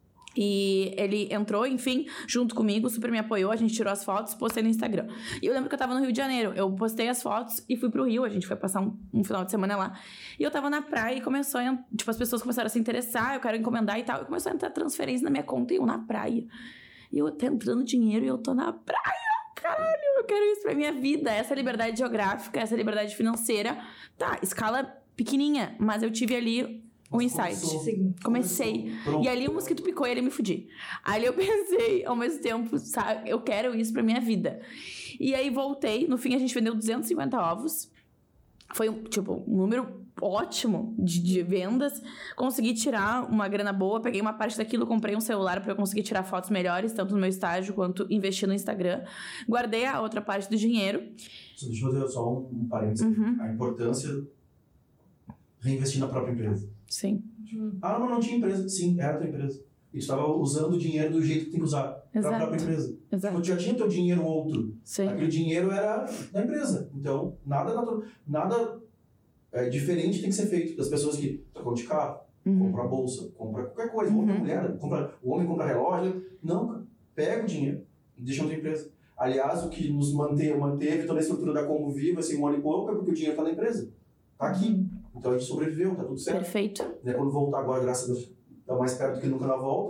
E ele entrou, enfim, junto comigo, super me apoiou, a gente tirou as fotos, postei no Instagram. E eu lembro que eu tava no Rio de Janeiro, eu postei as fotos e fui pro Rio, a gente foi passar um final de semana lá. E eu tava na praia e começou as pessoas começaram a se interessar, eu quero encomendar e tal, e começou a entrar transferência na minha conta e eu na praia. E eu até entrando dinheiro e eu tô na praia. Caralho, eu quero isso pra minha vida. Essa liberdade geográfica, essa liberdade financeira. Tá, escala pequenininha, mas eu tive ali um insight. Comecei. E ali o mosquito picou e ele me fudi. Ali eu pensei, ao mesmo tempo, sabe, eu quero isso pra minha vida. E aí voltei, no fim a gente vendeu 250 ovos. Foi, um número ótimo de vendas. Consegui tirar uma grana boa, peguei uma parte daquilo, comprei um celular pra eu conseguir tirar fotos melhores, tanto no meu estágio quanto investir no Instagram. Guardei a outra parte do dinheiro. Deixa eu fazer só um parênteses. A importância de reinvestir na própria empresa. Sim. Mas não tinha empresa. Sim, era a tua empresa. E tu estava usando o dinheiro do jeito que tem que usar para a própria empresa. Exato. Tu já tinha teu dinheiro outro. Sim. Aquele dinheiro era da empresa. Então, nada diferente tem que ser feito. Das pessoas que trocam de carro, compram a bolsa, compram qualquer coisa. Outra mulher, o homem compra relógio. Não, cara. Pega o dinheiro e deixa na tua empresa. Aliás, o que nos manteve toda a estrutura da Combo Viva, assim, 1 ano e pouco, é porque o dinheiro está na empresa. Tá aqui. Então a gente sobreviveu, tá tudo certo. Perfeito. Quando voltar agora, graças a Deus, tá mais perto do que nunca na volta,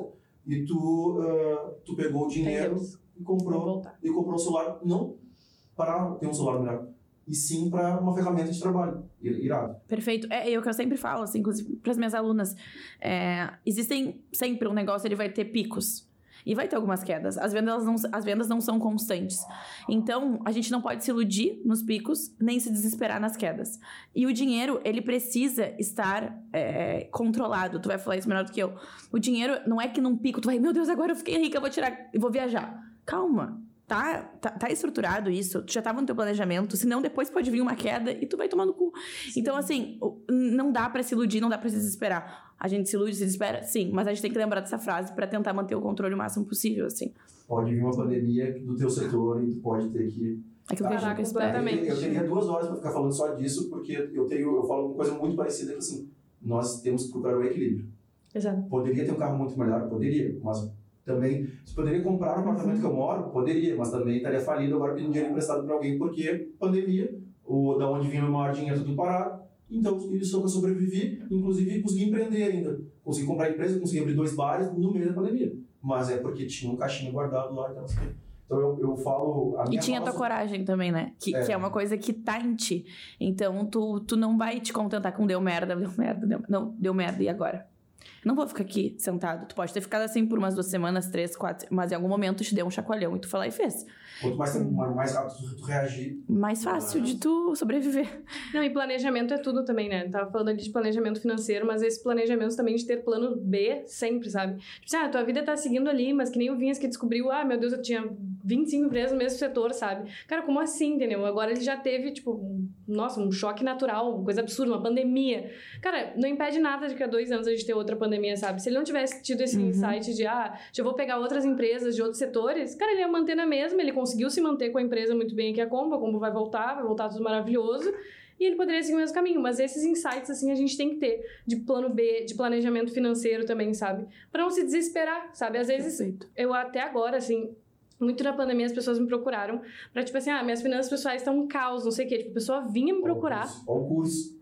e tu pegou o dinheiro e comprou um celular, não para ter um celular melhor, e sim para uma ferramenta de trabalho. Irado. Perfeito. É o que eu sempre falo, assim, inclusive para as minhas alunas. Existem sempre um negócio, ele vai ter picos. E vai ter algumas quedas. As vendas não são constantes. Então, a gente não pode se iludir nos picos, nem se desesperar nas quedas. E o dinheiro, ele precisa estar controlado. Tu vai falar isso melhor do que eu. O dinheiro não é que num pico tu vai, meu Deus, agora eu fiquei rica, eu vou viajar. Calma. Tá estruturado isso, tu já tava no teu planejamento, senão depois pode vir uma queda e tu vai tomar no cu. Sim. Então, assim, não dá pra se iludir, não dá pra se desesperar. A gente se ilude, se desespera, sim, mas a gente tem que lembrar dessa frase pra tentar manter o controle o máximo possível, assim. Pode vir uma pandemia do teu setor e tu pode ter que... Aquilo que a gente nunca espera. Eu teria 2 horas pra ficar falando só disso, porque eu falo uma coisa muito parecida que, assim, nós temos que procurar o equilíbrio. Exato. Poderia ter um carro muito melhor? Poderia, mas... Também, se poderia comprar no apartamento que eu moro, poderia, mas também estaria falido agora pedindo dinheiro emprestado para alguém, porque pandemia, da onde vinha o maior dinheiro, tudo parado. Então, isso eu sobrevivi, inclusive consegui empreender ainda. Consegui comprar empresa, consegui abrir 2 bares no meio da pandemia. Mas é porque tinha um caixinha guardado lá. Então, eu falo... E tinha a tua coragem também, né? Que é uma coisa que tá em ti. Então, tu não vai te contentar com deu merda, e agora? Não vou ficar aqui sentado. Tu pode ter ficado assim por umas 2 semanas, 3, 4, mas em algum momento te deu um chacoalhão e tu foi lá e fez. Quanto mais rápido tu reagir... Mais fácil de tu sobreviver. Não, e planejamento é tudo também, né? Tava falando ali de planejamento financeiro, mas esse planejamento também de ter plano B sempre, sabe? Tipo, tua vida tá seguindo ali, mas que nem o Vinhas que descobriu, meu Deus, eu tinha 25 empresas no mesmo setor, sabe? Cara, como assim, entendeu? Agora ele já teve, tipo, um choque natural, uma coisa absurda, uma pandemia. Cara, não impede nada de que há 2 anos a gente ter outra pandemia, sabe? Se ele não tivesse tido esse insight de, já vou pegar outras empresas de outros setores, cara, ele ia manter na mesma, ele conseguiu se manter com a empresa muito bem aqui a Combo vai voltar tudo maravilhoso, e ele poderia seguir o mesmo caminho, mas esses insights, assim, a gente tem que ter de plano B, de planejamento financeiro também, sabe? Pra não se desesperar, sabe? Às vezes, eu até agora, assim, muito na pandemia as pessoas me procuraram pra, tipo assim, minhas finanças pessoais estão um caos, não sei o quê. Tipo, a pessoa vinha me procurar. Olha o curso.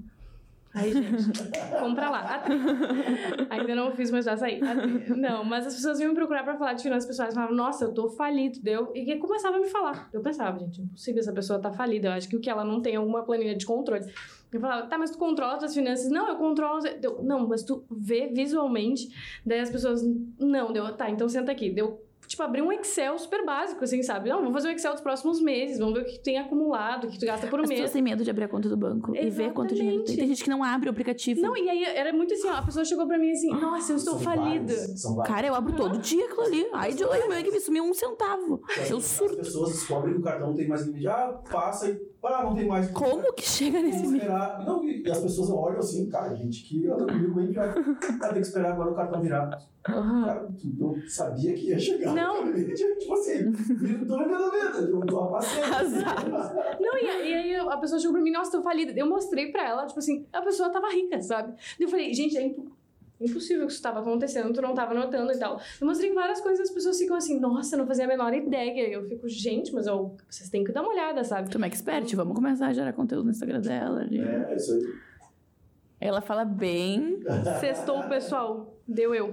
Aí, gente, compra lá. Ainda não fiz, mas já saí. Não, mas as pessoas vinham me procurar pra falar de finanças pessoais. Falavam, nossa, eu tô falido, deu? E começava a me falar. Eu pensava, gente, impossível essa pessoa tá falida. Eu acho que o que ela não tem é alguma planilha de controle. Eu falava, tá, mas tu controla as tuas finanças? Não, eu controlo... Não, mas tu vê visualmente. Daí as pessoas, não, tá, então senta aqui. Tipo, abrir um Excel super básico, assim, sabe? Não, vamos fazer um Excel dos próximos meses, vamos ver o que tu tem acumulado, o que tu gasta por mês. As pessoas têm medo de abrir a conta do banco. Exatamente. E ver quanto dinheiro tem. Tem gente que não abre o aplicativo. Não, e aí era muito assim, a pessoa chegou pra mim assim, nossa, eu estou falida. Cara, eu abro todo dia aquilo ali. Ai, de olho meu que me sumiu 1 centavo. Eu surto. As pessoas descobrem que o cartão não tem mais limite. Passa e... não tem mais... Como que chega nesse limite? Não, e as pessoas olham assim, cara, gente que anda comigo bem já tem que esperar agora o cartão virar. Cara, tu não sabia que ia chegar. Não. Tipo assim, não tô vivendo a vida, eu tô a paciência. Não, e aí a pessoa chegou pra mim, nossa, tô falida. Eu mostrei pra ela, tipo assim, a pessoa tava rica, sabe? Eu falei, gente, é impossível que isso tava acontecendo, tu não tava notando e tal. Eu mostrei várias coisas, as pessoas ficam assim, nossa, eu não fazia a menor ideia. Eu fico, gente, mas vocês têm que dar uma olhada, sabe? Tu é expert, vamos começar a gerar conteúdo no Instagram dela. Isso aí. Ela fala bem. Sextou, pessoal. Deu eu.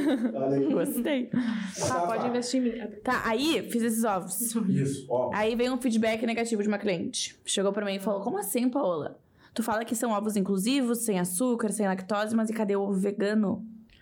Gostei. Pode investir em mim. Tá, aí fiz esses ovos. Isso, ó. Aí veio um feedback negativo de uma cliente. Chegou pra mim e falou, como assim, Paola? Tu fala que são ovos inclusivos, sem açúcar, sem lactose, mas e cadê o ovo vegano?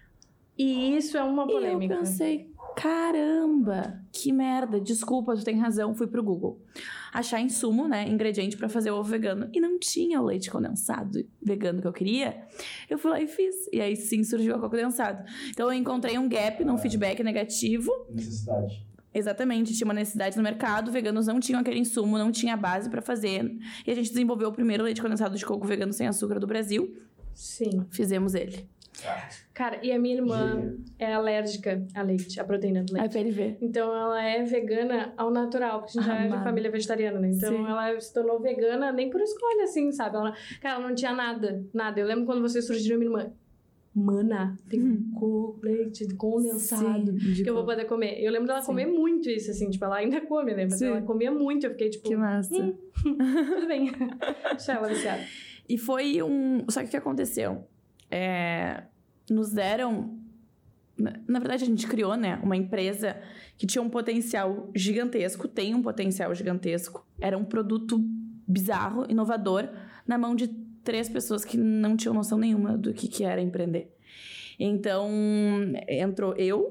E isso é uma polêmica. E eu pensei, caramba, que merda. Desculpa, tu tem razão, fui pro Google. Achar insumo, né, ingrediente pra fazer o ovo vegano. E não tinha o leite condensado vegano que eu queria. Eu fui lá e fiz. E aí sim surgiu o condensado. Então eu encontrei um gap num feedback negativo. Necessidade. Exatamente, tinha uma necessidade no mercado, veganos não tinham aquele insumo, não tinha base pra fazer. E a gente desenvolveu o primeiro leite condensado de coco vegano sem açúcar do Brasil. Sim. Fizemos ele. Cara, e a minha irmã é alérgica a leite, a proteína do leite. A PLV. Então ela é vegana ao natural, porque a gente já é de família vegetariana, né? Então sim, ela se tornou vegana nem por escolha, assim, sabe? Ela não tinha nada. Eu lembro quando vocês surgiram, minha irmã... Mana, tem leite condensado que eu vou poder comer. Eu lembro dela comer muito isso, assim, tipo, ela ainda come, né? Mas ela comia muito, eu fiquei tipo... Que massa. Tudo bem. Deixa ela viciada. E foi Só que o que aconteceu? Nos deram Na verdade, a gente criou, né, uma empresa que tinha um potencial gigantesco, tem um potencial gigantesco. Era um produto bizarro, inovador, na mão de 3 pessoas que não tinham noção nenhuma do que era empreender. Então, entrou eu,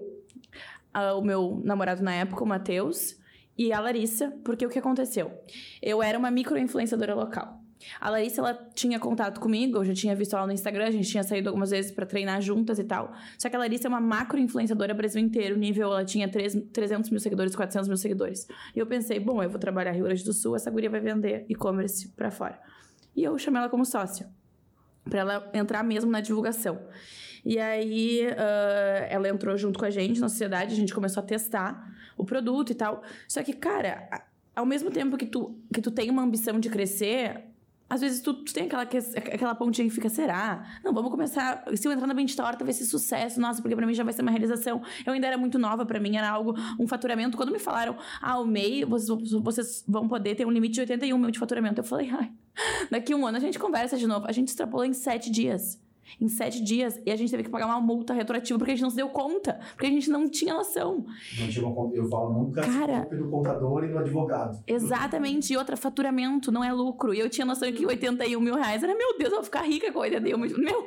o meu namorado na época, o Matheus, e a Larissa, porque o que aconteceu? Eu era uma micro-influenciadora local. A Larissa, ela tinha contato comigo, eu já tinha visto ela no Instagram, a gente tinha saído algumas vezes pra treinar juntas e tal. Só que a Larissa é uma macro-influenciadora Brasil inteiro, nível, ela tinha 300 mil seguidores, 400 mil seguidores. E eu pensei, bom, eu vou trabalhar Rio Grande do Sul, essa guria vai vender e-commerce pra fora. E eu chamei ela como sócia, pra ela entrar mesmo na divulgação. E aí, ela entrou junto com a gente na sociedade, a gente começou a testar o produto e tal. Só que, cara, ao mesmo tempo que tu tem uma ambição de crescer, às vezes tu tem aquela pontinha que fica, será? Não, vamos começar, se eu entrar na Bendita Horta vai ser sucesso, nossa, porque pra mim já vai ser uma realização. Eu ainda era muito nova, pra mim era algo, um faturamento. Quando me falaram, o MEI, vocês vão poder ter um limite de 81 mil de faturamento, eu falei, daqui um ano a gente conversa de novo. A gente extrapolou em 7 dias. Em 7 dias, e a gente teve que pagar uma multa retroativa porque a gente não se deu conta, porque a gente não tinha noção. Não tinha eu falo, nunca se culpe do contador e do advogado. Exatamente, e outra, faturamento não é lucro. E eu tinha noção de que 81 mil reais era, meu Deus, eu vou ficar rica com 81 mil. Minha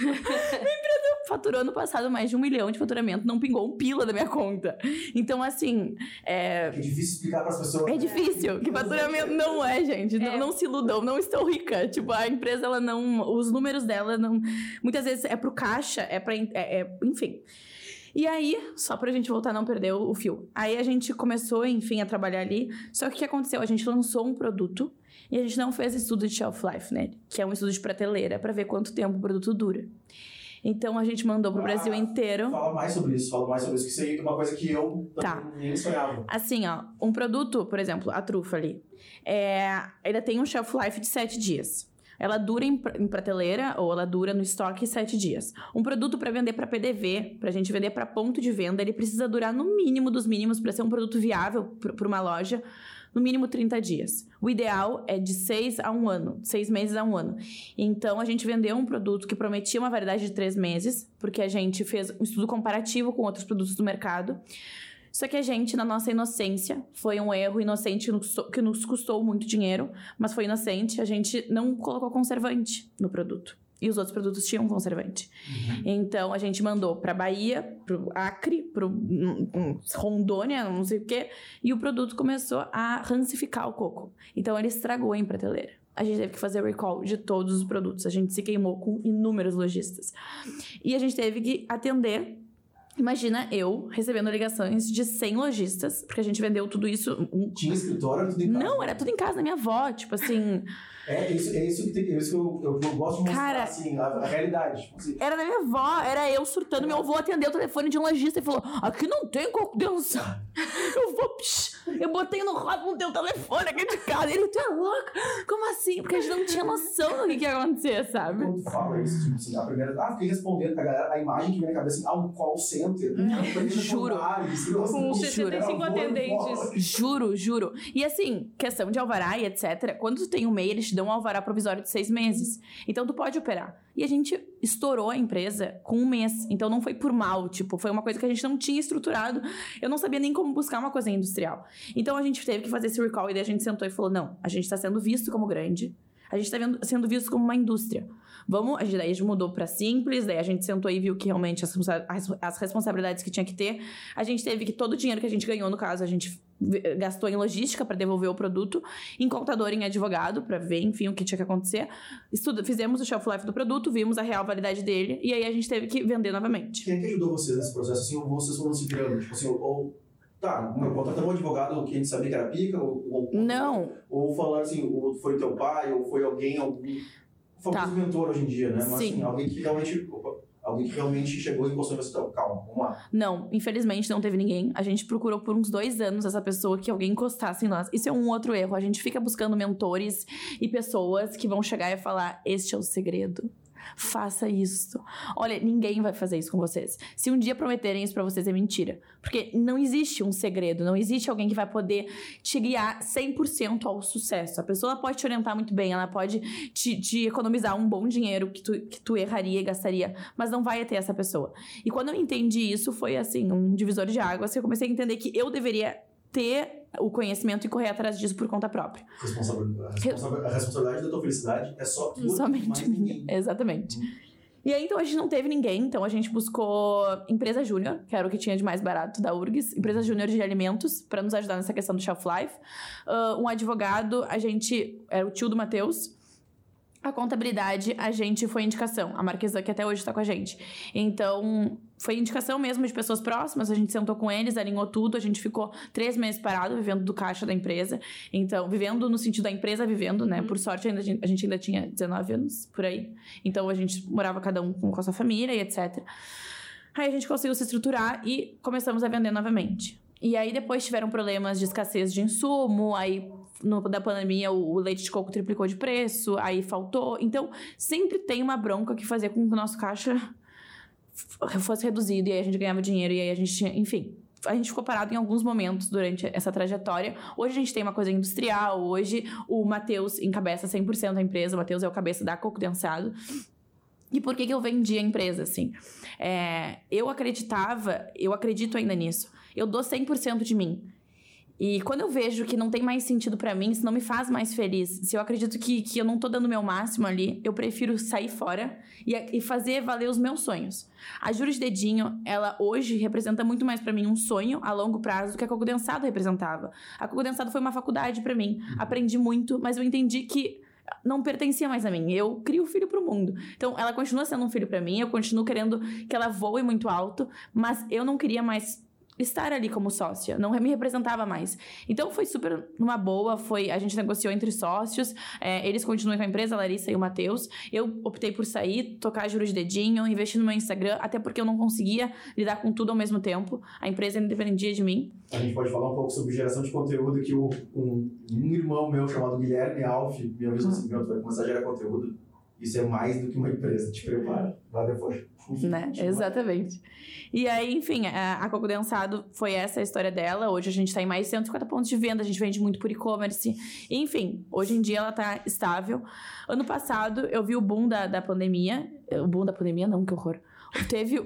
empresa faturou ano passado mais de 1 milhão de faturamento, não pingou um pila da minha conta. Então, assim. É difícil explicar para as pessoas. É difícil, que faturamento não é, gente. Não se iludam, não estou rica. Tipo, a empresa, ela não. Os números dela não. Muitas vezes é pro caixa, enfim. E aí, só pra gente voltar a não perder o fio. Aí a gente começou, enfim, a trabalhar ali. Só que o que aconteceu? A gente lançou um produto e a gente não fez estudo de shelf life, né? Que é um estudo de prateleira pra ver quanto tempo o produto dura. Então a gente mandou pro Brasil inteiro. Fala mais sobre isso, que isso aí é uma coisa que eu nem sonhava. Assim, um produto, por exemplo, a trufa ali, ainda tem um shelf life de 7 dias. Ela dura em prateleira ou ela dura no estoque 7 dias. Um produto para vender para PDV, pra gente vender para ponto de venda, ele precisa durar no mínimo dos mínimos para ser um produto viável para uma loja, no mínimo 30 dias. O ideal é de 6 a 1 ano, 6 meses a 1 ano. Então, a gente vendeu um produto que prometia uma validade de 3 meses, porque a gente fez um estudo comparativo com outros produtos do mercado. Só que a gente, na nossa inocência, foi um erro inocente que nos custou muito dinheiro, mas foi inocente, a gente não colocou conservante no produto. E os outros produtos tinham conservante. Uhum. Então, a gente mandou pra Bahia, pro Acre, pro Rondônia, não sei o quê, e o produto começou a rancificar o coco. Então, ele estragou em prateleira. A gente teve que fazer recall de todos os produtos. A gente se queimou com inúmeros lojistas. E a gente teve que atender. Imagina eu recebendo ligações de 100 lojistas, porque a gente vendeu tudo isso. Tinha escritório, era tudo em casa? Não, era tudo em casa da minha avó, tipo assim. Isso que eu gosto de mostrar, cara, assim, a realidade. Tipo assim. Era da minha avó, era eu surtando. Meu avô atendeu o telefone de um lojista e falou: aqui não tem coco denso. Eu botei no rótulo do teu telefone aqui de casa. Ele, tu é louca? Como assim? Porque a gente não tinha noção do que ia acontecer, sabe? Quando tu fala isso, tipo assim, a primeira. Fiquei respondendo a galera, a imagem que vem na cabeça, um call center. Juro. Com 65 atendentes. Juro. E assim, questão de alvará e etc. Quando tu tem um MEI, eles te dão um alvará provisório de 6 meses. Então, tu pode operar. E a gente estourou a empresa com 1 mês. Então, não foi por mal. Tipo, foi uma coisa que a gente não tinha estruturado. Eu não sabia nem como buscar uma coisa industrial. Então, a gente teve que fazer esse recall. E daí a gente sentou e falou, não, a gente está sendo visto como grande. A gente está sendo visto como uma indústria. Daí a gente mudou para simples, daí a gente sentou e viu que realmente as responsabilidades que tinha que ter. A gente teve que todo o dinheiro que a gente ganhou, no caso, a gente gastou em logística para devolver o produto, em contador, em advogado, para ver, enfim, o que tinha que acontecer. Fizemos o shelf life do produto, vimos a real validade dele, e aí a gente teve que vender novamente. Quem é que ajudou vocês nesse processo? Assim, ou vocês foram se virando? Tipo assim, tá, contratamos um advogado que a gente sabia que era pica, não. Ou falaram assim, ou foi teu pai, ou foi alguém famoso mentor hoje em dia, né? Mas sim. Assim, alguém que realmente chegou e mostrou pra você, calma, vamos lá. Não, infelizmente não teve ninguém. A gente procurou por uns 2 anos essa pessoa que alguém encostasse em nós. Isso é um outro erro. A gente fica buscando mentores e pessoas que vão chegar e falar, este é o segredo. faça isso. Olha, ninguém vai fazer isso com vocês. Se um dia prometerem isso pra vocês, é mentira. Porque não existe um segredo, não existe alguém que vai poder te guiar 100% ao sucesso. A pessoa pode te orientar muito bem, ela pode te economizar um bom dinheiro que tu erraria e gastaria, mas não vai ter essa pessoa. E quando eu entendi isso, foi assim, um divisor de águas, que eu comecei a entender que eu deveria ter o conhecimento e correr atrás disso por conta própria. A responsabilidade da tua felicidade é só tua, somente minha. Exatamente. E aí, então, a gente não teve ninguém. Então, a gente buscou empresa júnior, que era o que tinha de mais barato da URGS. Empresa júnior de alimentos, para nos ajudar nessa questão do shelf life. Um advogado, a gente... Era o tio do Matheus. A contabilidade, a gente foi indicação. A Marquesa, que até hoje está com a gente. Então, foi indicação mesmo de pessoas próximas. A gente sentou com eles, alinhou tudo. A gente ficou 3 meses parado, vivendo do caixa da empresa. Então, vivendo no sentido da empresa vivendo, né? Por sorte, a gente ainda tinha 19 anos, por aí. Então, a gente morava cada um com a sua família e etc. Aí, a gente conseguiu se estruturar e começamos a vender novamente. E aí, depois tiveram problemas de escassez de insumo. Aí, da pandemia, o leite de coco triplicou de preço. Aí, faltou. Então, sempre tem uma bronca que fazia com que o nosso caixa fosse reduzido. E aí, a gente ganhava dinheiro. E aí, a gente tinha... Enfim, a gente ficou parado em alguns momentos durante essa trajetória. Hoje, a gente tem uma coisa industrial. Hoje, o Matheus encabeça 100% da empresa. O Matheus é o cabeça da Coco Densado. E por que eu vendi a empresa, assim? Eu acredito ainda nisso. Eu dou 100% de mim. E quando eu vejo que não tem mais sentido pra mim, se não me faz mais feliz, se eu acredito que eu não tô dando o meu máximo ali, eu prefiro sair fora e fazer valer os meus sonhos. A Juro de Dedinho, ela hoje representa muito mais pra mim um sonho a longo prazo do que a Coco Densado representava. A Coco Densado foi uma faculdade pra mim. Aprendi muito, mas eu entendi que não pertencia mais a mim. Eu crio o filho pro mundo. Então, ela continua sendo um filho pra mim, eu continuo querendo que ela voe muito alto, mas eu não queria mais estar ali como sócia, não me representava mais. Então foi super numa boa, a gente negociou entre sócios, eles continuam com a empresa, a Larissa e o Matheus. Eu optei por sair, tocar a Juro de Dedinho, investir no meu Instagram, até porque eu não conseguia lidar com tudo ao mesmo tempo. A empresa ainda dependia de mim. A gente pode falar um pouco sobre geração de conteúdo, que um irmão meu chamado Guilherme Alf me avisou assim, tu vai começar a gerar conteúdo. Isso é mais do que uma empresa, te prepara, lá depois. Né? Exatamente. E aí, enfim, a Coco Densado foi essa a história dela. Hoje a gente tá em mais de 150 pontos de venda, a gente vende muito por e-commerce. Enfim, hoje em dia ela tá estável. Ano passado eu vi o boom da pandemia. O boom da pandemia não, que horror. Teve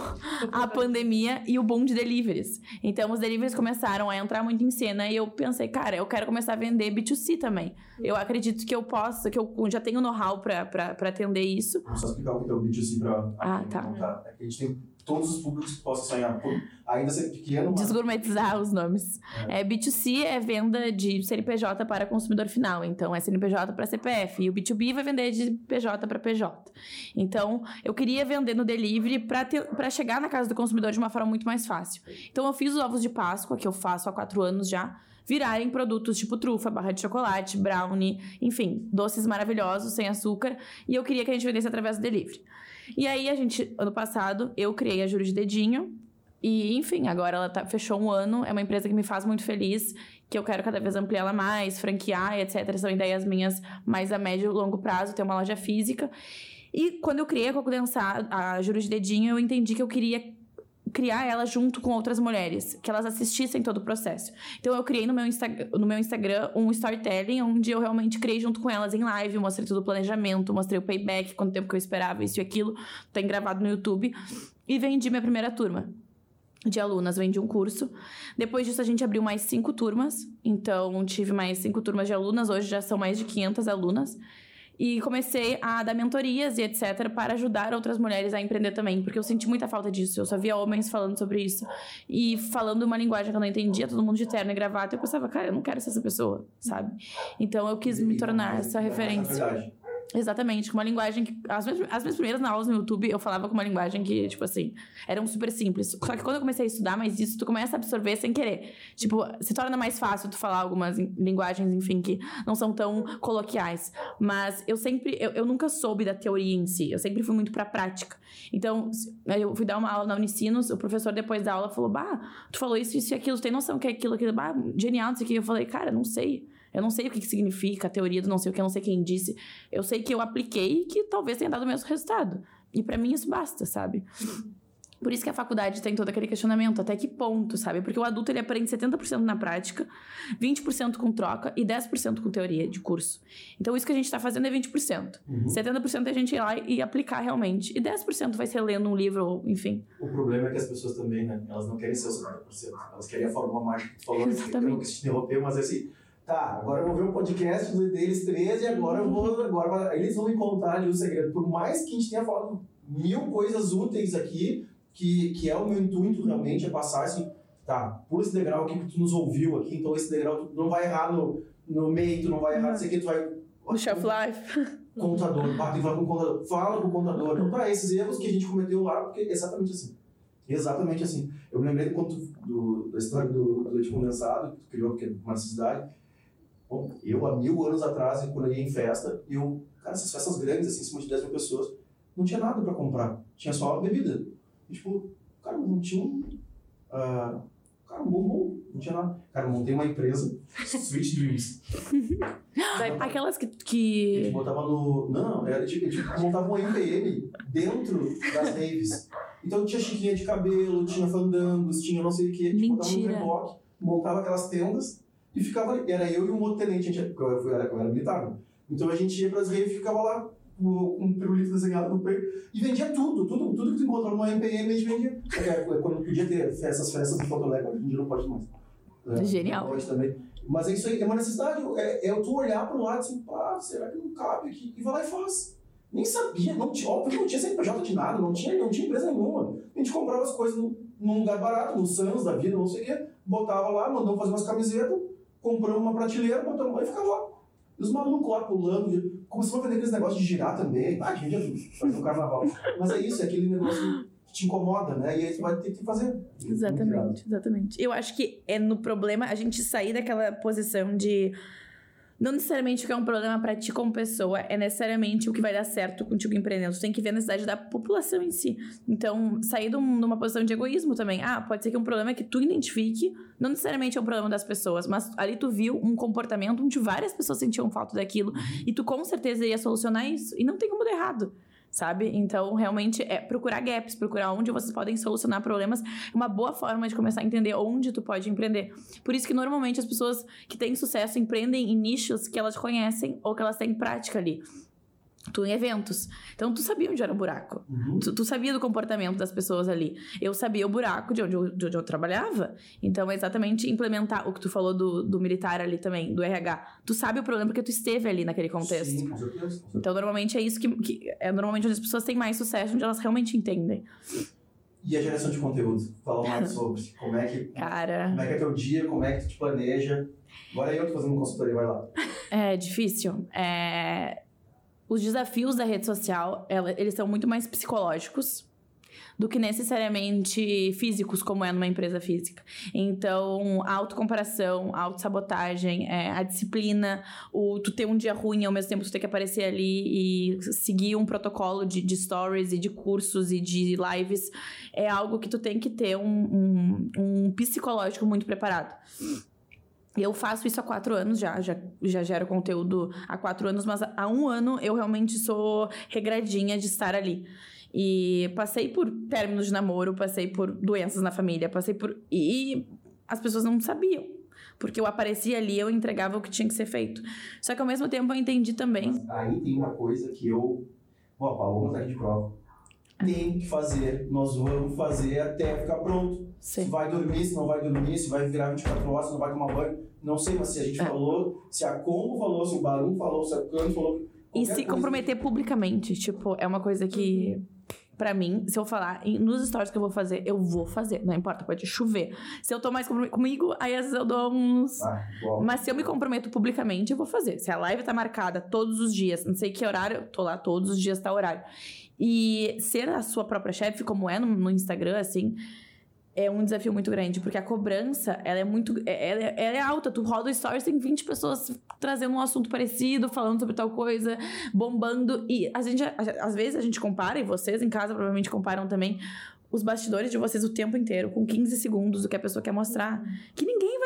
a pandemia e o boom de deliveries. Então, os deliveries começaram a entrar muito em cena e eu pensei, cara, eu quero começar a vender B2C também. Eu acredito que eu possa, que eu já tenho know-how pra atender isso. Vou só explicar o que é o B2C pra tá. montar. É que a gente tem todos os públicos que possam sonhar, ainda ser pequeno. Mas... Desgourmetizar os nomes. B2C é venda de CNPJ para consumidor final. Então, é CNPJ para CPF. E o B2B vai vender de PJ para PJ. Então, eu queria vender no delivery para chegar na casa do consumidor de uma forma muito mais fácil. Então, eu fiz os ovos de Páscoa, que eu faço há 4 anos já, virarem produtos tipo trufa, barra de chocolate, brownie, enfim, doces maravilhosos, sem açúcar. E eu queria que a gente vendesse através do delivery. E aí, ano passado, eu criei a Juro de Dedinho. E, enfim, agora ela fechou 1 ano. É uma empresa que me faz muito feliz, que eu quero cada vez ampliar ela mais, franquear, etc. São ideias minhas mais a médio e longo prazo, ter uma loja física. E quando eu criei a Coco Densado, a Juro de Dedinho, eu entendi que eu queria criar ela junto com outras mulheres, que elas assistissem todo o processo. Então, eu criei no meu Instagram um storytelling, onde eu realmente criei junto com elas em live, mostrei todo o planejamento, mostrei o payback, quanto tempo que eu esperava, isso e aquilo, tem gravado no YouTube, e vendi minha primeira turma de alunas, vendi um curso. Depois disso, a gente abriu mais 5 turmas, então tive mais 5 turmas de alunas, hoje já são mais de 500 alunas. E comecei a dar mentorias e etc. para ajudar outras mulheres a empreender também. Porque eu senti muita falta disso. Eu só via homens falando sobre isso. E falando uma linguagem que eu não entendia. Todo mundo de terno e gravata. Eu pensava, cara, eu não quero ser essa pessoa, sabe? Então eu quis me tornar essa referência. Exatamente, com uma linguagem que... As minhas primeiras aulas no YouTube, eu falava com uma linguagem que, tipo assim, eram super simples. Só que quando eu comecei a estudar mais isso, tu começa a absorver sem querer. Tipo, se torna mais fácil tu falar algumas linguagens, enfim, que não são tão coloquiais. Mas eu nunca soube da teoria em si. Eu sempre fui muito pra prática. Então, eu fui dar uma aula na Unicinos, o professor depois da aula falou, tu falou isso e aquilo, tu tem noção que é aquilo, bah, genial, isso aqui. Eu falei, cara, não sei. Eu não sei o que significa a teoria do não sei o que, eu não sei quem disse. Eu sei que eu apliquei e que talvez tenha dado o mesmo resultado. E pra mim isso basta, sabe? Por isso que a faculdade tem todo aquele questionamento, até que ponto, sabe? Porque o adulto, ele aprende 70% na prática, 20% com troca e 10% com teoria de curso. Então, isso que a gente tá fazendo é 20%. 70% é a gente ir lá e aplicar realmente. E 10% vai ser lendo um livro, enfim. O problema é que as pessoas também, né? Elas não querem ser os 70%. Elas querem a fórmula mágica que tu falou. Eu não quis te interromper, mas assim... Tá, agora eu vou ver um podcast deles 13 e agora eu vou... Agora eles vão encontrar ali o segredo. Por mais que a gente tenha falado 1000 coisas úteis aqui... Que é o meu intuito realmente, é passar assim, tá, por esse degrau aqui que tu nos ouviu aqui, então esse degrau tu não vai errar no meio, tu não vai errar, não sei o que, tu vai... No shelf life. Contador, tem que falar com o contador, fala com o contador. Então tá, esses erros que a gente cometeu lá, porque é exatamente assim. Exatamente assim. Eu me lembrei da história do leite condensado, que tu criou aqui numa necessidade. Bom, eu há 1000 anos atrás, quando eu ia em festa, cara, essas festas grandes, assim, acima de 10 mil pessoas, não tinha nada pra comprar, tinha só bebida. E, tipo, cara, não tinha cara, um bombom, não tinha nada. Cara, eu montei uma empresa, Sweet Dreams. Aquelas que... A gente botava no... Não, a gente montava uma MPM dentro das raves. Então tinha chiquinha de cabelo, tinha fandangos, tinha não sei o que. A gente botava no reboque, montava aquelas tendas e ficava ali. Era eu e um outro tenente, eu era militar, né? Então a gente ia pras raves e ficava lá com um pirulito desenhado no peito e vendia tudo que tu encontrava no MPM, a gente vendia. Quando podia ter essas festas de Fotolego, hoje em dia não pode mais. Genial. Pode também. Mas é isso aí, é uma necessidade, é tu olhar pro lado assim, será que não cabe aqui? E vai lá e faz. Nem sabia, óbvio, não tinha CNPJ de nada, não tinha empresa nenhuma. A gente comprava as coisas num lugar barato, no Sans da vida, não sei o quê, botava lá, mandamos fazer umas camisetas, compramos uma prateleira, botamos lá e ficava lá. E os malucos lá pulando, começaram a vender aqueles negócios de girar também. A gente já faz um carnaval. Mas é isso, é aquele negócio que te incomoda, né? E aí você vai ter que fazer. Exatamente. Eu acho que é no problema a gente sair daquela posição de... Não necessariamente o que é um problema pra ti como pessoa é necessariamente o que vai dar certo contigo empreendendo. Tu tem que ver a necessidade da população em si. Então, sair de uma posição de egoísmo também. Pode ser que um problema que tu identifique, não necessariamente é um problema das pessoas, mas ali tu viu um comportamento onde várias pessoas sentiam falta daquilo e tu com certeza ia solucionar isso. E não tem como dar errado, sabe? Então, realmente, é procurar gaps, procurar onde vocês podem solucionar problemas. É uma boa forma de começar a entender onde tu pode empreender. Por isso que, normalmente, as pessoas que têm sucesso empreendem em nichos que elas conhecem ou que elas têm prática ali. Tu em eventos. Então, tu sabia onde era o buraco. Tu sabia do comportamento das pessoas ali. Eu sabia o buraco de onde eu trabalhava. Então, é exatamente implementar o que tu falou do militar ali também, do RH. Tu sabe o problema porque tu esteve ali naquele contexto. Sim, com certeza. Então, normalmente é isso que é normalmente onde as pessoas têm mais sucesso, onde elas realmente entendem. E a geração de conteúdo? Fala mais sobre como é que é teu dia, como é que tu te planeja. Agora eu tô fazendo consultoria, vai lá. É difícil. Os desafios da rede social, eles são muito mais psicológicos do que necessariamente físicos, como é numa empresa física. Então, a autocomparação, a autossabotagem, a disciplina, tu ter um dia ruim e ao mesmo tempo tu ter que aparecer ali e seguir um protocolo de stories e de cursos e de lives, é algo que tu tem que ter um psicológico muito preparado. Eu faço isso há 4 anos já gero conteúdo há 4 anos, mas há 1 ano eu realmente sou regradinha de estar ali. E passei por términos de namoro, passei por doenças na família, e as pessoas não sabiam. Porque eu aparecia ali, eu entregava o que tinha que ser feito. Só que ao mesmo tempo eu entendi também. Mas aí tem uma coisa que a Paloma tá aqui de prova. Tem que fazer, nós vamos fazer até ficar pronto. Sim. Se vai dormir, se não vai dormir, se vai virar 24 horas, se não vai tomar banho. Não sei, mas se a gente falou, se a Combo falou, se o Barum falou, se a Cano falou... E se comprometer publicamente, tipo, é uma coisa que... Pra mim, se eu falar nos stories que eu vou fazer. Não importa, pode chover. Se eu tô mais comigo, aí às vezes eu dou uns... Mas se eu me comprometo publicamente, eu vou fazer. Se a live tá marcada todos os dias, não sei que horário, eu tô lá todos os dias, tá o horário. E ser a sua própria chefe, como é no Instagram, assim... É um desafio muito grande, porque a cobrança, ela é alta. Tu roda o stories, tem 20 pessoas trazendo um assunto parecido, falando sobre tal coisa, bombando. E às vezes a gente compara, e vocês em casa provavelmente comparam também, os bastidores de vocês o tempo inteiro, com 15 segundos do que a pessoa quer mostrar. Que ninguém vai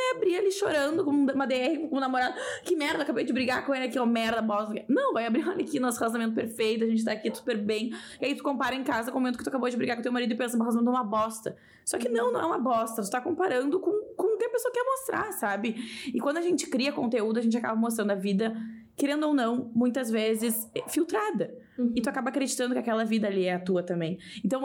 vai abrir ali chorando com uma DR, com um namorado. Que merda, acabei de brigar com ele aqui, ó, merda, bosta. Não, vai abrir, olha aqui, nosso relacionamento perfeito, a gente tá aqui super bem. E aí tu compara em casa com o momento que tu acabou de brigar com teu marido e pensa, meu relacionamento é uma bosta. Só que não é uma bosta. Tu tá comparando com o que a pessoa quer mostrar, sabe? E quando a gente cria conteúdo, a gente acaba mostrando a vida, querendo ou não, muitas vezes filtrada. E tu acaba acreditando que aquela vida ali é a tua também. Então,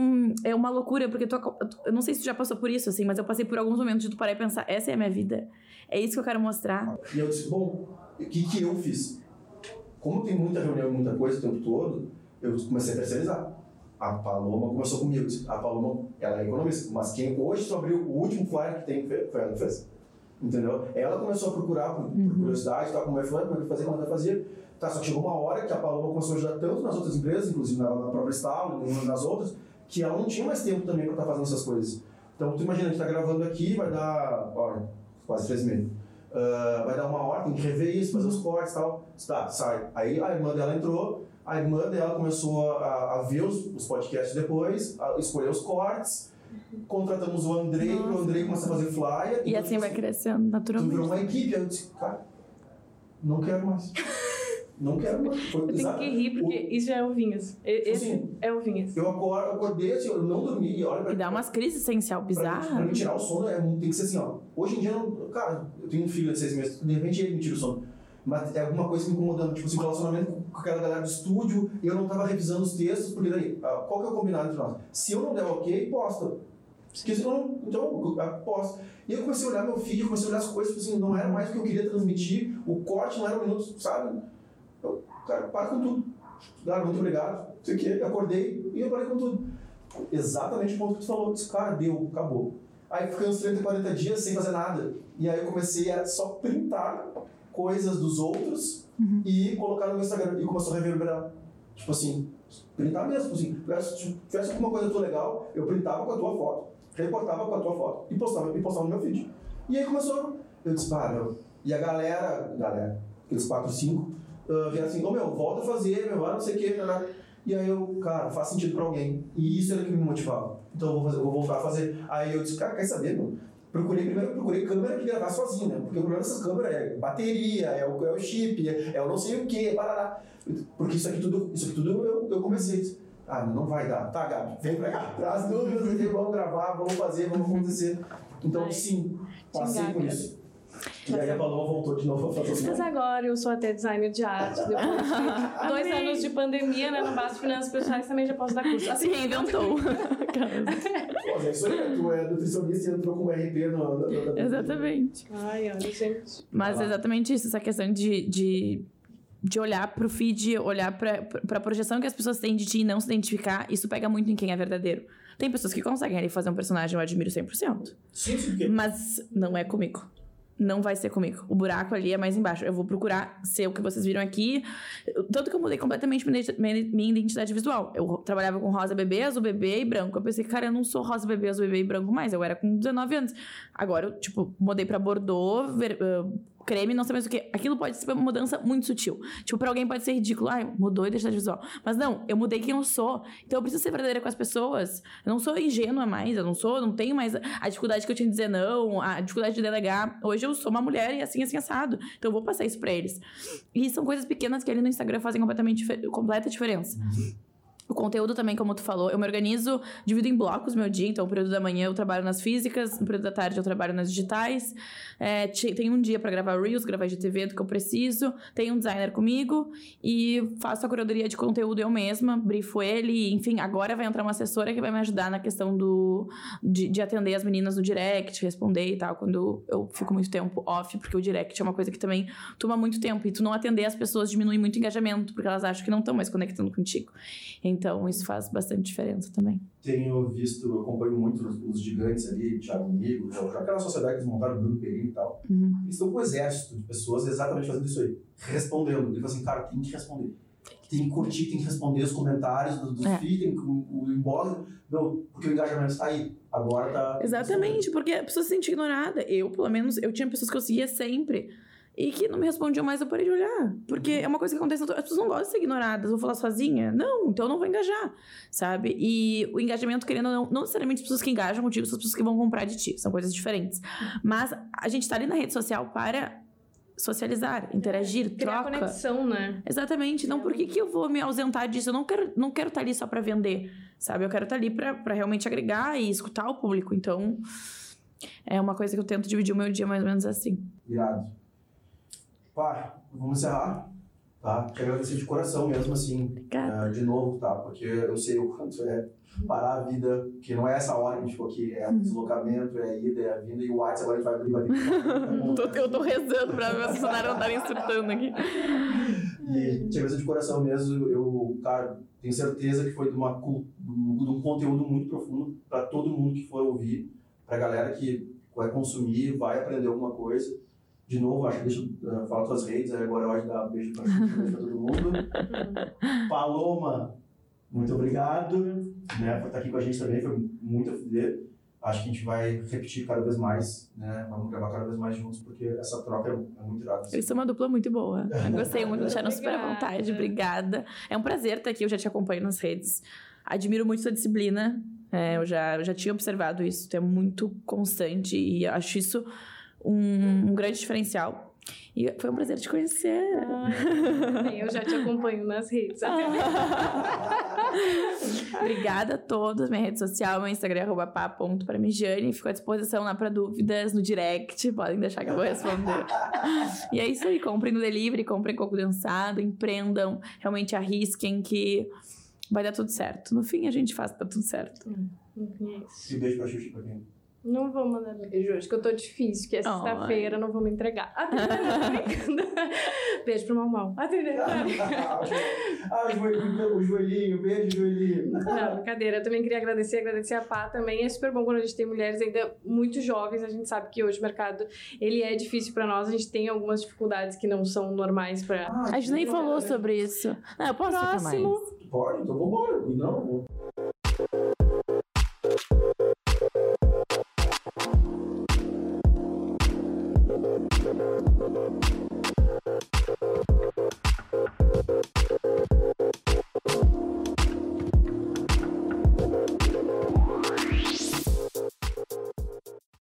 é uma loucura, porque eu não sei se tu já passou por isso, assim, mas eu passei por alguns momentos de tu parar e pensar, essa é a minha vida. É isso que eu quero mostrar. E eu disse, bom, o que eu fiz? Como tem muita reunião e muita coisa o tempo todo, eu comecei a terceirizar. A Paloma começou comigo. A Paloma, ela é economista, mas quem hoje só abriu o último flyer que tem, foi ela que fez. Entendeu? Ela começou a procurar por curiosidade, como é que fazer, como é que fazia. Tá, só que chegou uma hora que a Paloma começou a ajudar tanto nas outras empresas, inclusive na própria Stalo, nas outras, que ela não tinha mais tempo também para estar fazendo essas coisas. Então, tu imagina, a gente tá gravando aqui, vai dar, olha, quase 3 meses. Vai dar 1 hora, tem que rever isso, fazer os cortes e tal. Tá, sai. Aí a irmã dela entrou, a irmã dela começou a ver os podcasts depois, a escolher os cortes. Contratamos o Andrei, o Andrei começou a fazer flyer. E assim vai crescendo naturalmente. Tu virou uma equipe, eu disse, cara, não quero mais. Não quero mais. Eu tenho que rir, porque isso já é o Vinhas. Esse assim, é o Vinhas. Eu acordei assim, eu não dormi. E dá umas crises essencial bizarras. Pra me tirar o sono, tem que ser assim, ó. Hoje em dia, cara, eu tenho um filho de 6 meses, de repente ele me tira o sono. Mas é alguma coisa me incomodando, tipo assim, relacionamento com aquela galera do estúdio, e eu não tava revisando os textos, porque daí, qual que é o combinado entre nós? Se eu não der ok, posta. Porque se eu não, então, eu posto. E eu comecei a olhar meu feed, comecei a olhar as coisas, tipo assim, não era mais o que eu queria transmitir, o corte não era 1 minuto, sabe? Eu, cara, para com tudo. Cara, muito obrigado. Não sei o quê, acordei e eu parei com tudo. Exatamente o ponto que tu falou. Disse, cara, deu, acabou. Aí fiquei uns 30, 40 dias sem fazer nada. E aí eu comecei a só printar coisas dos outros e colocar no meu Instagram. E começou a reverberar. Tipo assim, printar mesmo. Assim, se tivesse alguma coisa tua legal, eu printava com a tua foto, reportava com a tua foto e postava no meu feed. E aí começou, eu disse, meu. E a galera, aqueles 4, 5, vieram assim, volta a fazer, não sei o que, né? E aí eu, cara, faz sentido pra alguém. E isso era o que me motivava. Então eu vou voltar a fazer. Aí eu disse, cara, quer saber, meu? Procurei câmera que gravar sozinho, né? Porque o problema dessas câmeras é bateria, é o chip, é o não sei o que, parará. Porque isso aqui tudo eu comecei. Não vai dar. Tá, Gabi, vem pra cá, traz dúvidas, vamos gravar, vamos fazer, vamos acontecer. Então, sim, passei por isso. E aí a Paloma voltou de novo a fazer isso. Mas agora eu sou até designer de arte. Depois de 2 anos de pandemia, né? No base de finanças pessoais também já posso dar curso. Assim, se reinventou. Pô, é isso aí, tu é nutricionista e entrou com RP no... Exatamente. Ai, olha, gente. Mas é exatamente isso, essa questão de olhar pro feed, olhar pra projeção que as pessoas têm de ti e não se identificar, isso pega muito em quem é verdadeiro. Tem pessoas que conseguem ali fazer um personagem, eu admiro 100%. Sim. Mas não é comigo. Não vai ser comigo. O buraco ali é mais embaixo. Eu vou procurar ser o que vocês viram aqui. Tanto que eu mudei completamente minha identidade visual. Eu trabalhava com rosa bebê, azul bebê e branco. Eu pensei, cara, eu não sou rosa bebê, azul bebê e branco mais. Eu era com 19 anos. Agora eu, mudei pra Bordeaux, creme, não sei mais o que. Aquilo pode ser uma mudança muito sutil. Pra alguém pode ser ridículo. Mudou a identidade visual. Mas não, eu mudei quem eu sou. Então eu preciso ser verdadeira com as pessoas. Eu não sou ingênua mais. Não tenho mais a dificuldade que eu tinha de dizer não, a dificuldade de delegar. Hoje eu sou uma mulher e assim assado. Então eu vou passar isso pra eles. E são coisas pequenas que ali no Instagram fazem completa diferença. O conteúdo também, como tu falou, eu me organizo, divido em blocos meu dia. Então, no período da manhã eu trabalho nas físicas, no período da tarde eu trabalho nas digitais. Tenho um dia pra gravar Reels, gravar IGTV do que eu preciso. Tenho um designer comigo e faço a curadoria de conteúdo eu mesma, brifo ele. Enfim, agora vai entrar uma assessora que vai me ajudar na questão de atender as meninas no direct, responder e tal, quando eu fico muito tempo off, porque o direct é uma coisa que também toma muito tempo. E tu não atender as pessoas diminui muito o engajamento, porque elas acham que não estão mais conectando contigo. Então, isso faz bastante diferença também. Eu acompanho muito os gigantes ali, Thiago Migo, aquela sociedade que eles montaram, Bruno Perini e tal. Eles estão com um exército de pessoas exatamente fazendo isso aí, respondendo. Ele fala assim, cara, tem que responder. Tem que curtir, tem que responder os comentários dos feed, tem que o inbox, porque o engajamento está aí. Agora tá... Exatamente, porque a pessoa se sente ignorada. Eu, pelo menos, eu tinha pessoas que eu seguia sempre. e que não me respondiam mais, eu parei de olhar. Porque é uma coisa que acontece, as pessoas não gostam de ser ignoradas, vou falar sozinha. Não, então eu não vou engajar, sabe? E o engajamento, querendo ou não necessariamente as pessoas que engajam contigo são as pessoas que vão comprar de ti, são coisas diferentes. Mas a gente tá ali na rede social para socializar, interagir, criar troca. conexão, né? Exatamente. Então, por que eu vou me ausentar disso? Eu não quero estar ali só pra vender, sabe? Eu quero estar ali pra realmente agregar e escutar o público. Então, é uma coisa que eu tento dividir o meu dia mais ou menos assim. Irado. Pá, vamos encerrar, tá? Quero agradecer de coração mesmo, assim, de novo, tá? Porque eu sei o quanto é parar a vida, que não é essa hora que a gente ficou aqui, é o deslocamento, é a ida, é a vinda, e o WhatsApp agora a gente vai abrir, vai ter que... Eu tô rezando pra meus funcionários não estarem surtando aqui. E te agradeço de coração mesmo, eu, cara, tenho certeza que foi de um conteúdo muito profundo pra todo mundo que for ouvir, pra galera que vai consumir, vai aprender alguma coisa. De novo, acho que deixa eu falar tuas redes, agora é hora de dar beijo pra todo mundo. Paloma, muito obrigado, né, por estar aqui com a gente também, foi muito a fuder. Acho que a gente vai repetir cada vez mais, né, vamos gravar cada vez mais juntos, porque essa troca é muito irada. Eles são uma dupla muito boa. Eu gostei muito, deixaram super à vontade, obrigada. É um prazer estar aqui, eu já te acompanho nas redes. Admiro muito sua disciplina, eu já tinha observado isso, tu é muito constante e acho isso um grande diferencial. E foi um prazer te conhecer. Eu já te acompanho nas redes. Obrigada a todos. Minha rede social, meu Instagram é @pa.pramijane. Fico à disposição lá para dúvidas no direct. Podem deixar que eu vou responder. E é isso aí. Comprem no delivery, comprem coco condensado, empreendam, realmente arrisquem que vai dar tudo certo. No fim, a gente faz pra tudo certo. Enfim, é isso. E beijo pra Xuxa pra quem? Não vou mandar beijo hoje, que eu tô difícil, que é sexta-feira, não vou me entregar. Beijo pro Mal. O joelhinho, beijo, joelhinho. Não, brincadeira. Eu também queria agradecer a Pá também. É super bom quando a gente tem mulheres ainda muito jovens. A gente sabe que hoje o mercado, ele é difícil pra nós. A gente tem algumas dificuldades que não são normais pra... A gente nem falou sobre isso. Não, eu posso falar mais. Pode, então vambora. Não, vou...